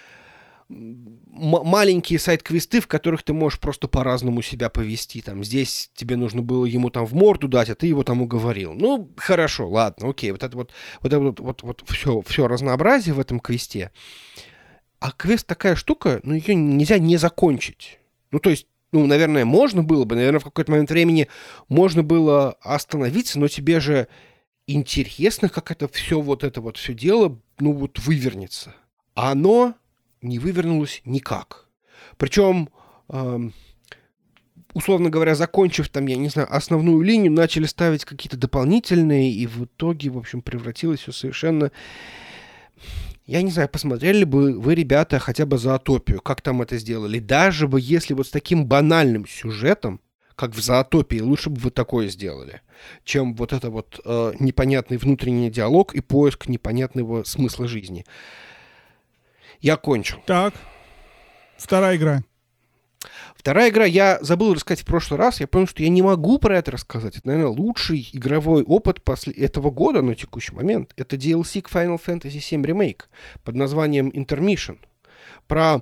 Маленькие сайд-квесты, в которых ты можешь просто по-разному себя повести. Там, здесь тебе нужно было ему там в морду дать, а ты его там уговорил. Ну, хорошо, ладно, окей. Вот это вот все разнообразие в этом квесте. А квест такая штука, ну, ее нельзя не закончить. Ну, то есть, ну, наверное, можно было бы, наверное, в какой-то момент времени можно было остановиться, но тебе же интересно, как это все дело, ну, вот вывернется. А оно не вывернулось никак. Причем, условно говоря, закончив там, я не знаю, основную линию, начали ставить какие-то дополнительные, и в итоге, в общем, превратилось все совершенно... Я не знаю, посмотрели бы вы, ребята, хотя бы «Зоотопию», как там это сделали. Даже бы если вот с таким банальным сюжетом, как в «Зоотопии», лучше бы вы такое сделали, чем вот это вот непонятный внутренний диалог и поиск непонятного смысла жизни. Я кончил. Так, вторая игра. Вторая игра, я забыл рассказать в прошлый раз, я понял, что я не могу про это рассказать. Это, наверное, лучший игровой опыт после этого года на текущий момент. Это DLC к Final Fantasy VII Remake под названием Intermission. Про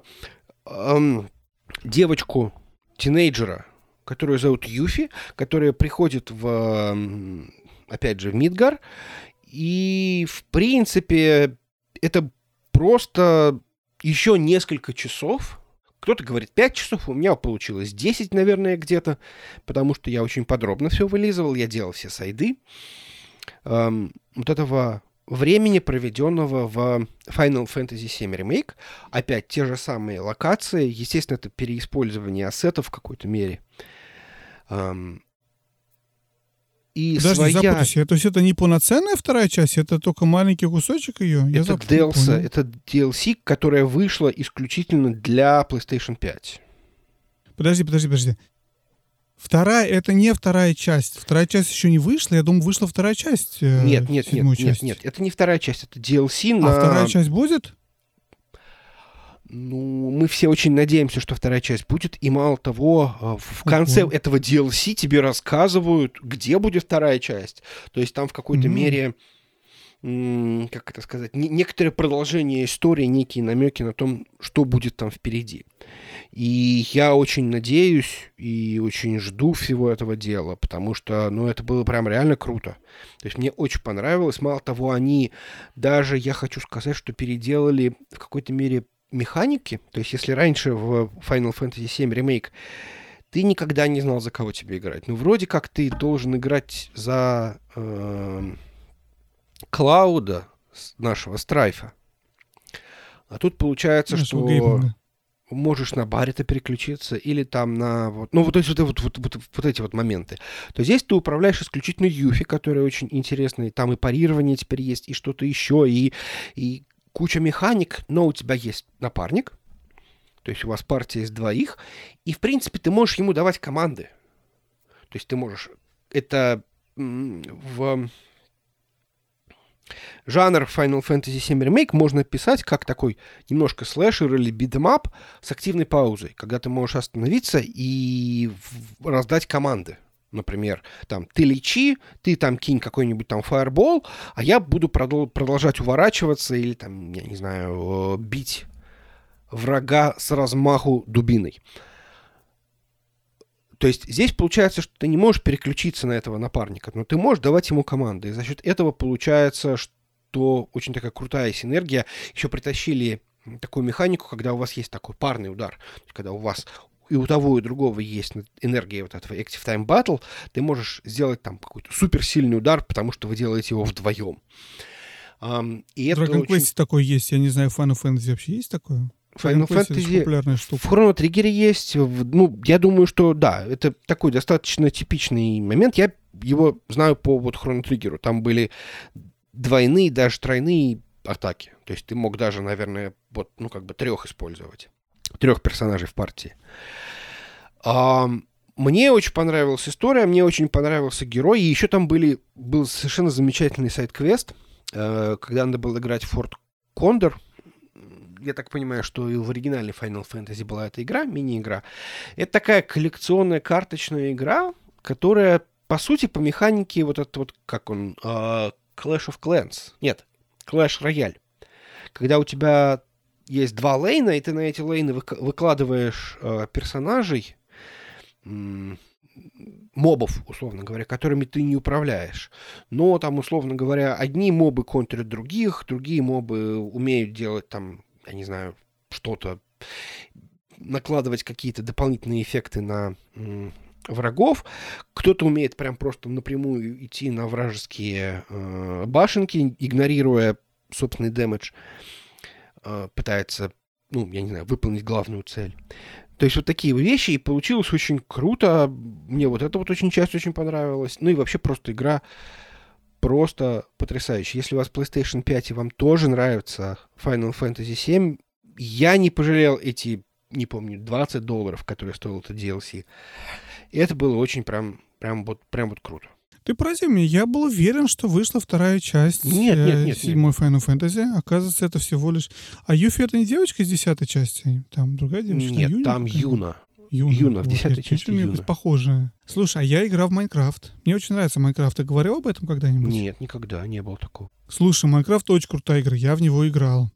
девочку-тинейджера, которую зовут Юфи, которая приходит опять же, в Мидгар. И, в принципе, это просто еще несколько часов. Кто-то говорит 5 часов, у меня получилось 10, наверное, где-то, потому что я очень подробно все вылизывал, я делал все сайды. Вот этого времени, проведенного в Final Fantasy VII Remake. Опять те же самые локации. Естественно, это переиспользование ассетов в какой-то мере. И Подожди, запутайся. То есть это не полноценная вторая часть, это только маленький кусочек ее? Это DLC, которая вышла исключительно для PlayStation 5. Подожди. Вторая — это не вторая часть. Вторая часть еще не вышла. Я думаю, вышла вторая часть. Нет, это не вторая часть, это DLC на... А вторая часть будет? Ну, мы все очень надеемся, что вторая часть будет, и мало того, в конце этого DLC тебе рассказывают, где будет вторая часть. То есть там в какой-то мере как это сказать, некоторое продолжение истории, некие намеки на том, что будет там впереди. И я очень надеюсь и очень жду всего этого дела, потому что, это было прям реально круто. То есть мне очень понравилось. Мало того, они даже, я хочу сказать, что переделали в какой-то мере механики. То есть если раньше в Final Fantasy VII Remake ты никогда не знал, за кого тебе играть. Вроде как ты должен играть за Клауда, нашего Страйфа. А тут получается, что можешь на Баррета переключиться или там на вот эти вот моменты. То здесь ты управляешь исключительно Юфи, которая очень интересная. Там и парирование теперь есть, и что-то еще, и куча механик, но у тебя есть напарник. То есть у вас партия из двоих, и, в принципе, ты можешь ему давать команды. То есть ты можешь... Это в жанр Final Fantasy VII Remake можно писать как такой немножко слэшер или битэмап с активной паузой, когда ты можешь остановиться и раздать команды. Например, там, ты лечи, ты там кинь какой-нибудь там фаербол, а я буду продолжать уворачиваться или там, я не знаю, бить врага с размаху дубиной. То есть здесь получается, что ты не можешь переключиться на этого напарника, но ты можешь давать ему команды. И за счет этого получается, что очень такая крутая синергия. Еще притащили такую механику, когда у вас есть такой парный удар. То есть, когда у вас и у того, и у другого есть энергия вот этого Active Time Battle, ты можешь сделать там какой-то суперсильный удар, потому что вы делаете его вдвоем. И в Dragon Quest такой есть. Я не знаю, в Final Fantasy вообще есть такое? Final Fantasy в Chrono Trigger есть. Я думаю, что да, это такой достаточно типичный момент. Я его знаю по вот Chrono Trigger. Там были двойные, даже тройные атаки. То есть ты мог даже, наверное, вот, 3 использовать. 3 персонажей в партии. Мне очень понравилась история, мне очень понравился герой. И еще там был совершенно замечательный сайд-квест, когда надо было играть в Форт Кондор. Я так понимаю, что и в оригинальной Final Fantasy была эта игра, мини-игра. Это такая коллекционная карточная игра, которая, по сути, по механике вот это вот, как он, Clash of Clans. Нет, Clash Royale. Когда у тебя есть 2 лейна, и ты на эти лейны выкладываешь персонажей, мобов, условно говоря, которыми ты не управляешь. Но там, условно говоря, одни мобы контрят других, другие мобы умеют делать там, я не знаю, что-то, накладывать какие-то дополнительные эффекты на врагов. Кто-то умеет прям просто напрямую идти на вражеские башенки, игнорируя собственный дэмэдж, пытается, я не знаю, выполнить главную цель. То есть вот такие вещи, и получилось очень круто. Мне вот это вот часть очень понравилась. И вообще просто игра просто потрясающая. Если у вас PlayStation 5 и вам тоже нравится Final Fantasy VII, я не пожалел эти, не помню, $20, которые стоил это DLC. И это было очень прям вот круто. Ты прости меня, я был уверен, что вышла 2 часть 7-й Final Fantasy. Оказывается, это всего лишь... А Юфи — это не девочка из 10-й части? Там другая девочка? Нет, там Юна. Юна, в 10-й части Юна. Похожая. Слушай, а я играл в Майнкрафт. Мне очень нравится Майнкрафт. Ты говорил об этом когда-нибудь? Нет, никогда не было такого. Слушай, Майнкрафт очень крутая игра. Я в него играл.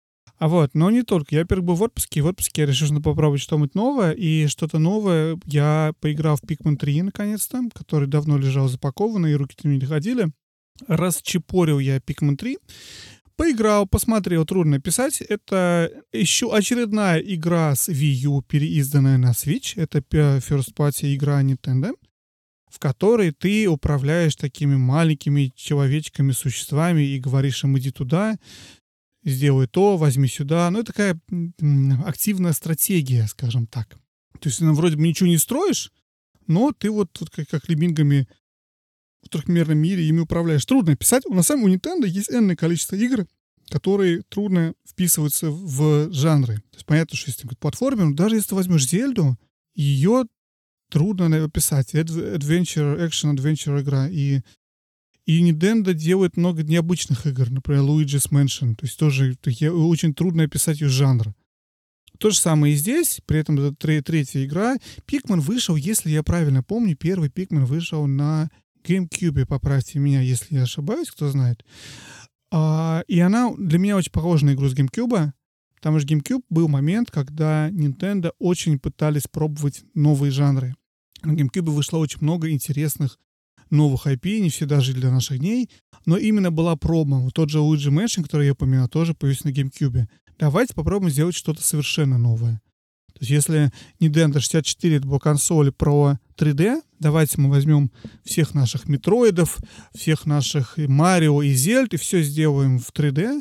Но не только. Я, во-первых, был в отпуске я решил, что попробовать что-нибудь новое. И что-то новое я поиграл в Pikmin 3, наконец-то, который давно лежал запакованный, и руки-то не доходили. Расчепорил я Pikmin 3. Поиграл, посмотрел, трудно писать. Это еще очередная игра с Wii U, переизданная на Switch. Это first party игра Nintendo, в которой ты управляешь такими маленькими человечками, существами и говоришь им: иди туда, сделай то, возьми сюда. Это такая активная стратегия, скажем так. То есть, вроде бы ничего не строишь, но ты вот как леммингами в трехмерном мире ими управляешь. Трудно писать. На самом у Nintendo есть энное количество игр, которые трудно вписываются в жанры. То есть понятно, что есть платформер, но даже если ты возьмешь Зельду, ее трудно писать. Action-adventure игра. И Nintendo делает много необычных игр. Например, Luigi's Mansion. То есть тоже очень трудно описать ее жанр. То же самое и здесь. При этом это 3-я игра. Pikmin вышел, если я правильно помню, первый Pikmin вышел на GameCube. Поправьте меня, если я ошибаюсь, кто знает. И она для меня очень похожа на игру с GameCube, потому что GameCube был момент, когда Nintendo очень пытались пробовать новые жанры. На GameCube вышло очень много интересных новых IP, не все даже для наших дней, но именно была проба. Вот тот же Luigi Mansion, который я упоминал, тоже появился на GameCube. Давайте попробуем сделать что-то совершенно новое. То есть если Nintendo 64 это была консоль про 3D, давайте мы возьмем всех наших Метроидов, всех наших Марио и Зельд и все сделаем в 3D,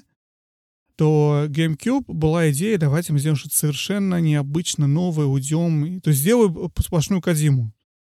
то GameCube была идея, давайте мы сделаем что-то совершенно необычно новое, уйдем, то есть сделаем сплошную Кодзиму.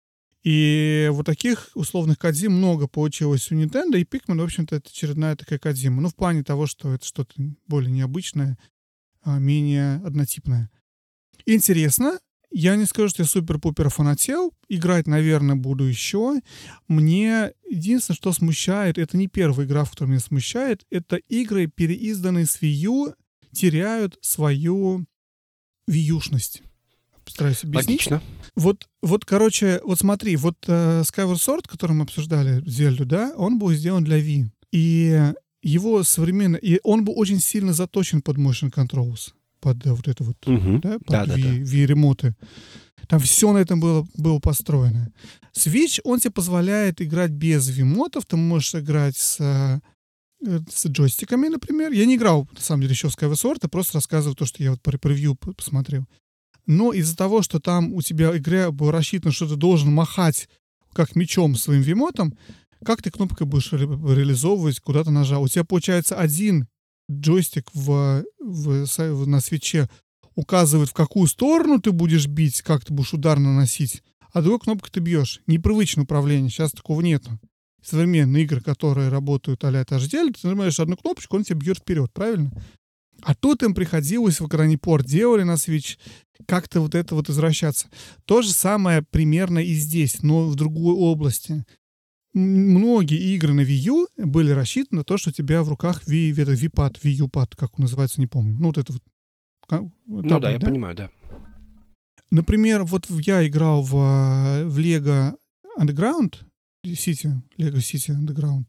И вот таких условных Кодзим много получилось у Nintendo, и Pikmin, в общем-то, это очередная такая Кодзима. Ну, в плане того, что это что-то более необычное, менее однотипное. Интересно. Я не скажу, что я супер-пупер фанател. Играть, наверное, буду еще. Мне единственное, что смущает, это не первая игра, в которой меня смущает, это игры, переизданные с Wii U, теряют свою Wii-ушность. Постараюсь объяснить. Логично. Вот, короче, вот смотри, вот Skyward Sword, который мы обсуждали, Зельду, да, он был сделан для Wii. И его современно... И он был очень сильно заточен под motion controls. Под вот это вот, да, под Wii-ремоты. Там все на этом было построено. Switch, он тебе позволяет играть без Wii-мотов. Ты можешь играть с джойстиками, например. Я не играл, на самом деле, еще в Skyward Sword, я просто рассказываю то, что я вот по превью посмотрел. Но из-за того, что там у тебя игра была рассчитана, что ты должен махать как мечом своим Wii-мотом, как ты кнопкой будешь реализовывать, куда ты нажал. У тебя получается один джойстик на свитче указывает, в какую сторону ты будешь бить, как ты будешь удар наносить, а другой кнопкой ты бьешь. Непривычное управление, сейчас такого нету. Современные игры, которые работают а-ля HDL, ты нажимаешь одну кнопочку, он тебя бьет вперед, правильно? А тут им приходилось, в экране порт делали на Switch, как-то вот это вот извращаться. То же самое примерно и здесь, но в другой области. Многие игры на Wii U были рассчитаны на то, что у тебя в руках Wii-пад, Wii U-пад, как он называется, не помню. Ну, вот это вот. Ну да, я понимаю, да. Например, вот я играл в Lego Underground City, Lego City Underground,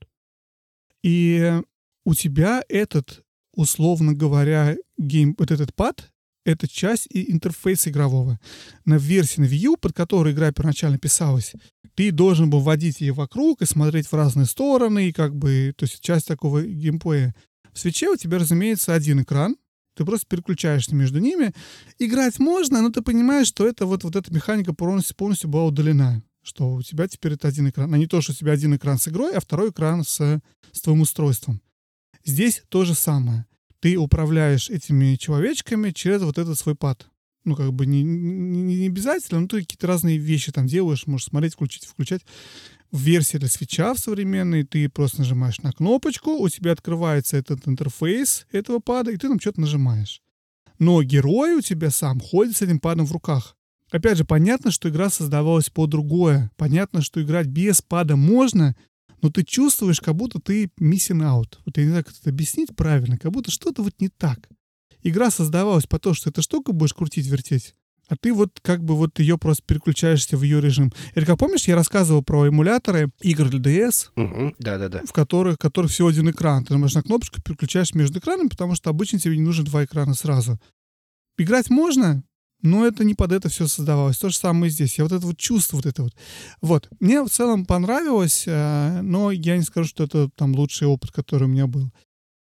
и у тебя этот, условно говоря, вот этот пад, это часть интерфейса игрового. На версии на Wii U, под которой игра первоначально писалась, ты должен был водить ее вокруг и смотреть в разные стороны, и как бы, то есть часть такого геймплея. В Switch'е у тебя, разумеется, один экран, ты просто переключаешься между ними. Играть можно, но ты понимаешь, что это вот эта механика полностью была удалена. Что у тебя теперь это один экран. А не то, что у тебя один экран с игрой, а второй экран с твоим устройством. Здесь то же самое. Ты управляешь этими человечками через вот этот свой пад. Ну, как бы не обязательно, но ты какие-то разные вещи там делаешь, можешь смотреть, включать. В версии для свитча в современной ты просто нажимаешь на кнопочку, у тебя открывается этот интерфейс этого пада, и ты там что-то нажимаешь. Но герой у тебя сам ходит с этим падом в руках. Опять же, понятно, что игра создавалась под другое. Понятно, что играть без пада можно, но ты чувствуешь, как будто ты missing out. Вот я не знаю, как это объяснить правильно, как будто что-то вот не так. Игра создавалась по то, что эта штука будешь крутить, вертеть, а ты вот как бы вот ее просто переключаешься в ее режим. Или как помнишь, я рассказывал про эмуляторы игр для DS, да. в которых всего один экран. Ты нажимаешь на кнопочку, переключаешь между экранами, потому что обычно тебе не нужно два экрана сразу. Играть можно, но это не под это все создавалось. То же самое и здесь. Я вот это вот чувство, вот это вот. Вот. Мне в целом понравилось, но я не скажу, что это там лучший опыт, который у меня был.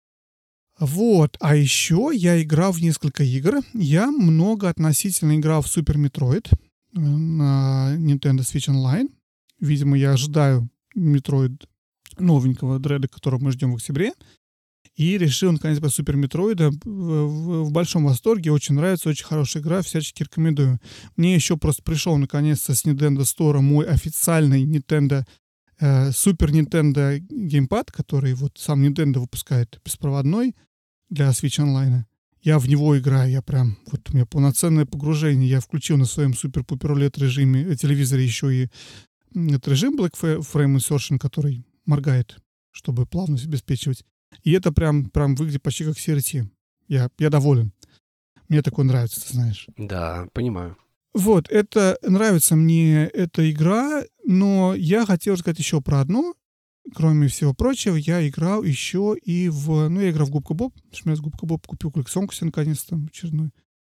Вот. А еще я играл в несколько игр. Я много относительно играл в Super Metroid на Nintendo Switch Online. Видимо, я ожидаю Metroid новенького дреда, которого мы ждем в октябре. И решил, наконец, по Супер Метроида. В большом восторге. Очень нравится, очень хорошая игра. Всячески рекомендую. Мне еще просто пришел, наконец-то, с Nintendo Store мой официальный Nintendo Super Nintendo геймпад, который вот сам Nintendo выпускает беспроводной для Switch Online. Я в него играю. Я прям... Вот у меня полноценное погружение. Я включил на своем супер-пупер OLED режиме, телевизоре еще и этот режим Black Frame Insertion, который моргает, чтобы плавность обеспечивать. И это прям выглядит почти как CRT. Я доволен. Мне такое нравится, ты знаешь. Да, понимаю. Вот, это нравится мне эта игра, но я хотел сказать еще про одну кроме всего прочего, я играл еще и в... Ну, я играл в Губка Боб, потому что я с Губка Боб купил коллекционку себе наконец-то очередную.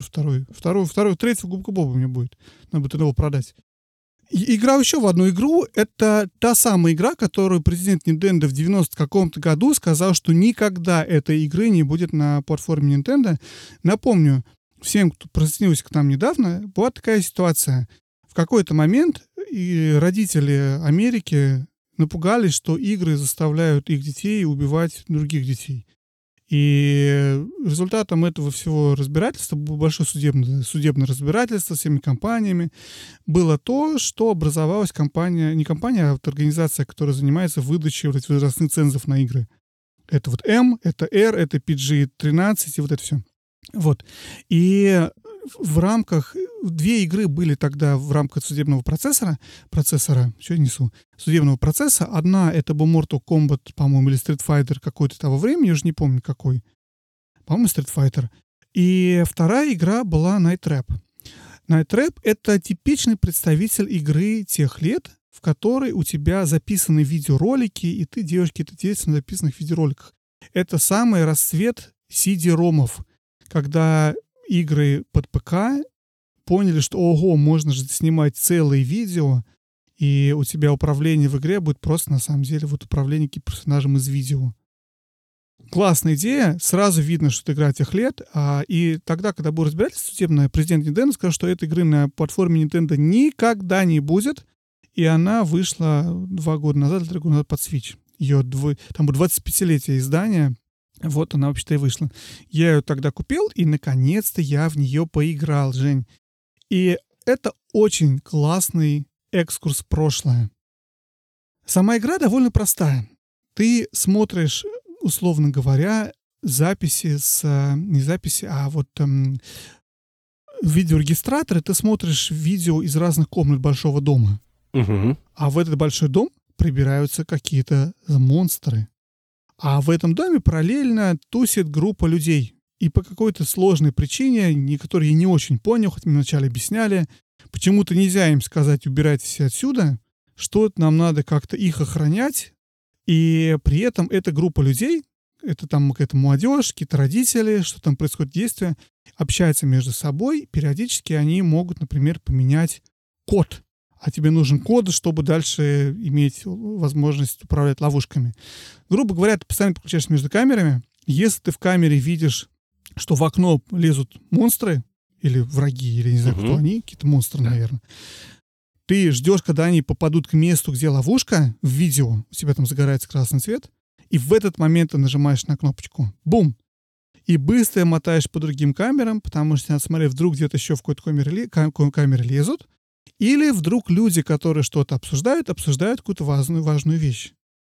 Третью Губка Боба у меня будет. Надо будет его продать. И играл еще в одну игру. Это та самая игра, которую президент Nintendo в 90 каком-то году сказал, что никогда этой игры не будет на платформе Nintendo. Напомню, всем, кто присоединился к нам недавно, была такая ситуация. В какой-то момент и родители Америки напугались, что игры заставляют их детей убивать других детей. И результатом этого всего разбирательства, было большое судебное разбирательство с всеми компаниями, было то, что образовалась компания, не компания, а вот организация, которая занимается выдачей вот этих возрастных цензов на игры. Это вот M, это R, это PG-13 и вот это все. Вот. И в рамках... Две игры были тогда в рамках судебного процесса. Судебного процесса. Одна — это был Mortal Kombat, по-моему, или Street Fighter какой-то того времени, я уже не помню какой. По-моему, Street Fighter. И вторая игра была Night Trap. Night Trap — это типичный представитель игры тех лет, в которой у тебя записаны видеоролики, и ты делаешь какие-то действия на записанных видеороликах. Это самый расцвет CD-ромов, когда игры под ПК поняли, что, ого, можно же снимать целые видео, и у тебя управление в игре будет просто, на самом деле, вот управление персонажем из видео. Классная идея, сразу видно, что это игра тех лет, и тогда, когда было разбирательство судебное, президент Nintendo сказал, что этой игры на платформе Nintendo никогда не будет, и она вышла 2 года назад или 3 года назад под Switch. Там было 25-летие издания, вот она вообще-то и вышла. Я ее тогда купил, и наконец-то я в нее поиграл, Жень. И это очень классный экскурс в прошлое. Сама игра довольно простая. Ты смотришь, условно говоря, записи не записи, а вот видеорегистраторы. Ты смотришь видео из разных комнат большого дома. Угу. А в этот большой дом прибираются какие-то монстры. А в этом доме параллельно тусит группа людей. И по какой-то сложной причине, которую я не очень понял, хоть мне вначале объясняли, почему-то нельзя им сказать «убирайтесь отсюда», что нам надо как-то их охранять. И при этом эта группа людей, это там какая-то молодежь, какие-то родители, что там происходит действие, общаются между собой. Периодически они могут, например, поменять код. А тебе нужен код, чтобы дальше иметь возможность управлять ловушками. Грубо говоря, ты постоянно переключаешься между камерами. Если ты в камере видишь, что в окно лезут монстры, или враги, или не знаю, кто они, какие-то монстры, наверное, ты ждешь, когда они попадут к месту, где ловушка, в видео, у тебя там загорается красный цвет, и в этот момент ты нажимаешь на кнопочку. Бум! И быстро мотаешь по другим камерам, потому что надо смотреть, вдруг где-то еще в какой-то камере лезут, или вдруг люди, которые что-то обсуждают какую-то важную вещь.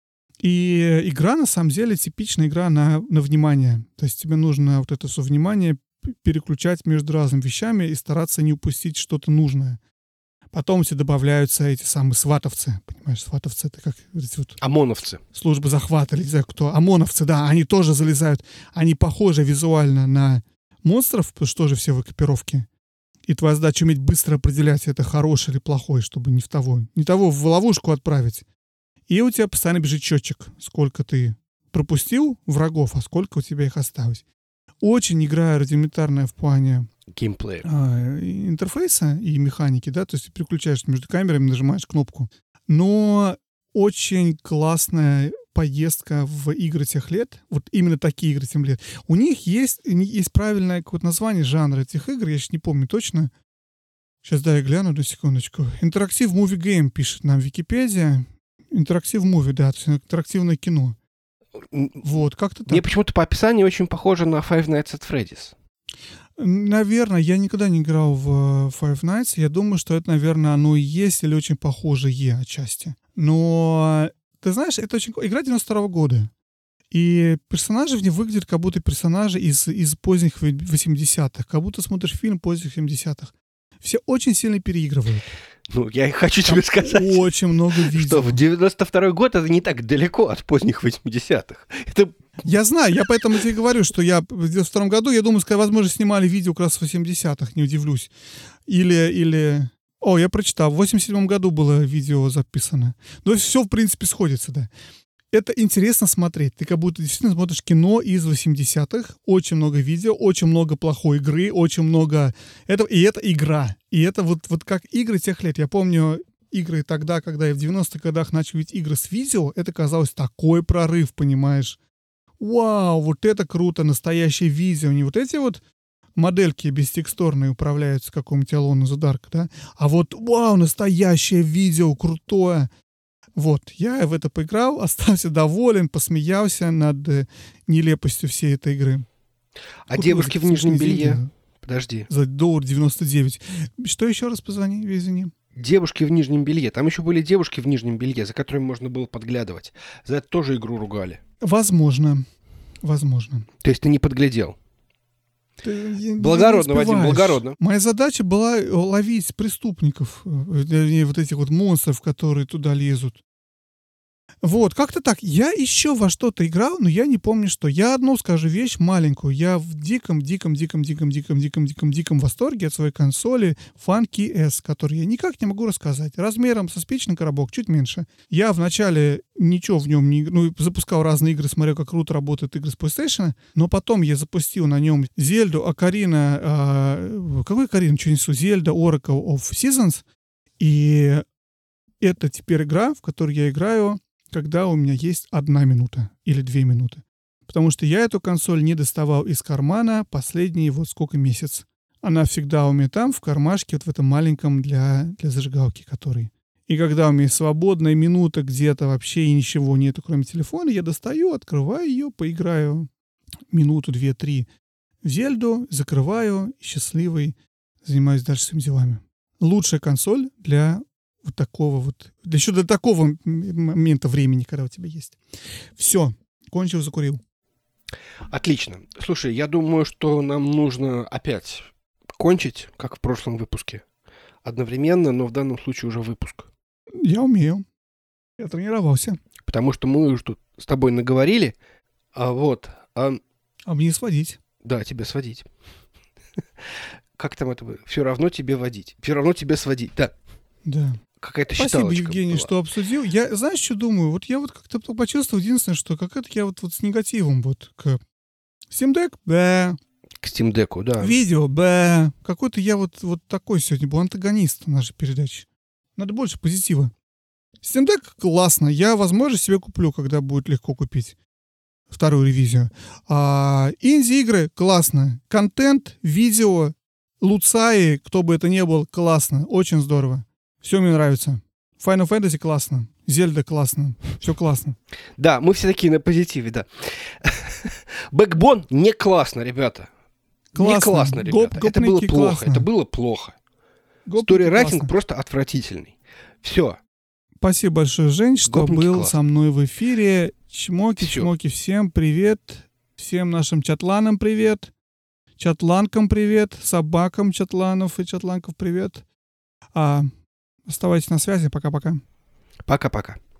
И игра, на самом деле, типичная игра на внимание. То есть тебе нужно вот это все внимание переключать между разными вещами и стараться не упустить что-то нужное. Потом тебе добавляются эти самые сватовцы. Понимаешь, сватовцы — это как эти вот... ОМОНовцы. Служба захвата, или не знаю кто. ОМОНовцы, да, они тоже залезают. Они похожи визуально на монстров, потому что тоже все в экипировке. И твоя задача уметь быстро определять, это хороший или плохой, чтобы не того в ловушку отправить. И у тебя постоянно бежит счетчик, сколько ты пропустил врагов, а сколько у тебя их осталось. Очень игра рудиментарная в плане геймплея, интерфейса и механики, да, то есть ты переключаешься между камерами, нажимаешь кнопку. Но очень классная поездка в игры тех лет, вот именно такие игры тех лет. У них есть правильное какое-то название жанра этих игр, я сейчас не помню точно. Сейчас, да, я гляну на секундочку. Interactive Movie Game пишет нам Википедия. Интерактив муви, да, то есть интерактивное кино. Вот, как-то так. Мне почему-то по описанию очень похоже на Five Nights at Freddy's. Наверное, я никогда не играл в Five Nights. Я думаю, что это, наверное, оно и есть, или очень похоже отчасти. Но, ты знаешь, это очень... Игра 92-го года. И персонажи в ней выглядят как будто персонажи из поздних 80-х. Как будто смотришь фильм поздних 70-х. Все очень сильно переигрывают. Ну, я хочу тебе сказать, очень много видео. Что в 92-й год это не так далеко от поздних 80-х. Это... Я знаю, я поэтому тебе говорю, что я в 92-м году, я думаю, возможно, снимали видео как раз в 80-х, не удивлюсь. Или... О, я прочитал, в 87-м году было видео записано. Но все, в принципе, сходится, да. это интересно смотреть. Ты как будто действительно смотришь кино из 80-х. Очень много видео, очень много плохой игры, очень много... И это игра. И это вот как игры тех лет. Я помню игры тогда, когда я в 90-х годах начал видеть игры с видео, это казалось такой прорыв, понимаешь? Вау, вот это круто, настоящее видео. Не вот эти вот модельки бестекстурные управляются каком-нибудь Alone in the Dark, да? А вот, вау, настоящее видео, крутое. Вот, я в это поиграл, остался доволен, посмеялся над нелепостью всей этой игры. А девушки в нижнем белье? Деньги Подожди. за $1.99. Что еще раз позвони, извини? Девушки в нижнем белье. Там еще были девушки в нижнем белье, за которыми можно было подглядывать. За это тоже игру ругали. Возможно. Возможно. То есть ты не подглядел? Благородно, Вадим, благородно. Моя задача была ловить преступников, вот этих вот монстров, которые туда лезут. Вот, как-то так. Я еще во что-то играл, но я не помню, что. Я одну скажу вещь маленькую. Я в диком восторге от своей консоли Funky S, которую я никак не могу рассказать. Размером со спичный коробок, чуть меньше. Я вначале ничего в нем не... запускал разные игры, смотрел, как круто работают игры с PlayStation, но потом я запустил на нем Зельду, Ocarina... какой Ocarina? Что несу? Зельда Oracle of Seasons. И это теперь игра, в которой я играю, когда у меня есть 1 минута или 2 минуты. Потому что я эту консоль не доставал из кармана последние вот сколько месяц. Она всегда у меня там, в кармашке, вот в этом маленьком для зажигалки, который. И когда у меня есть свободная минута где-то вообще и ничего нету, кроме телефона, я достаю, открываю ее, поиграю минуту, 2, 3 в Зельду, закрываю, счастливый, занимаюсь дальше своими делами. Лучшая консоль для вот такого вот... Еще до такого момента времени, когда у тебя есть. Все. Кончил, закурил. Отлично. Слушай, я думаю, что нам нужно опять кончить, как в прошлом выпуске. Одновременно, но в данном случае уже выпуск. Я умею. Я тренировался. Потому что мы уже тут с тобой наговорили. А мне сводить. Да, тебе сводить. Как там это было? Все равно тебе водить. Все равно тебе сводить. Да. Да. Какая-то Спасибо, считалочка Евгений, была. что обсудил. Я, знаешь, что думаю? Вот я вот как-то почувствовал, единственное, что какая-то я вот с негативом вот к Steam Deck, да. К Steam Deck'у, да. Видео, да. Какой-то я вот такой сегодня был антагонист нашей передачи. Надо больше позитива. Steam Deck классно. Я, возможно, себе куплю, когда будет легко купить вторую ревизию. Инди-игры классно. Контент, видео, луцаи, кто бы это ни был, классно. Очень здорово. Все мне нравится. Final Fantasy классно. Зельда классно. Все классно. Да, мы все такие на позитиве, да. Backbone не классно, ребята. Классно. Не классно, ребята. Это было плохо. Классно. Это было плохо. Сторирайтинг просто отвратительный. Все. Спасибо большое, Жень, что Гопники был классно. со мной в эфире. Чмоки, Всё. чмоки, всем привет. Всем нашим чатланам привет. Чатланкам привет. Собакам чатланов и чатланков привет. Оставайтесь на связи. Пока-пока. Пока-пока.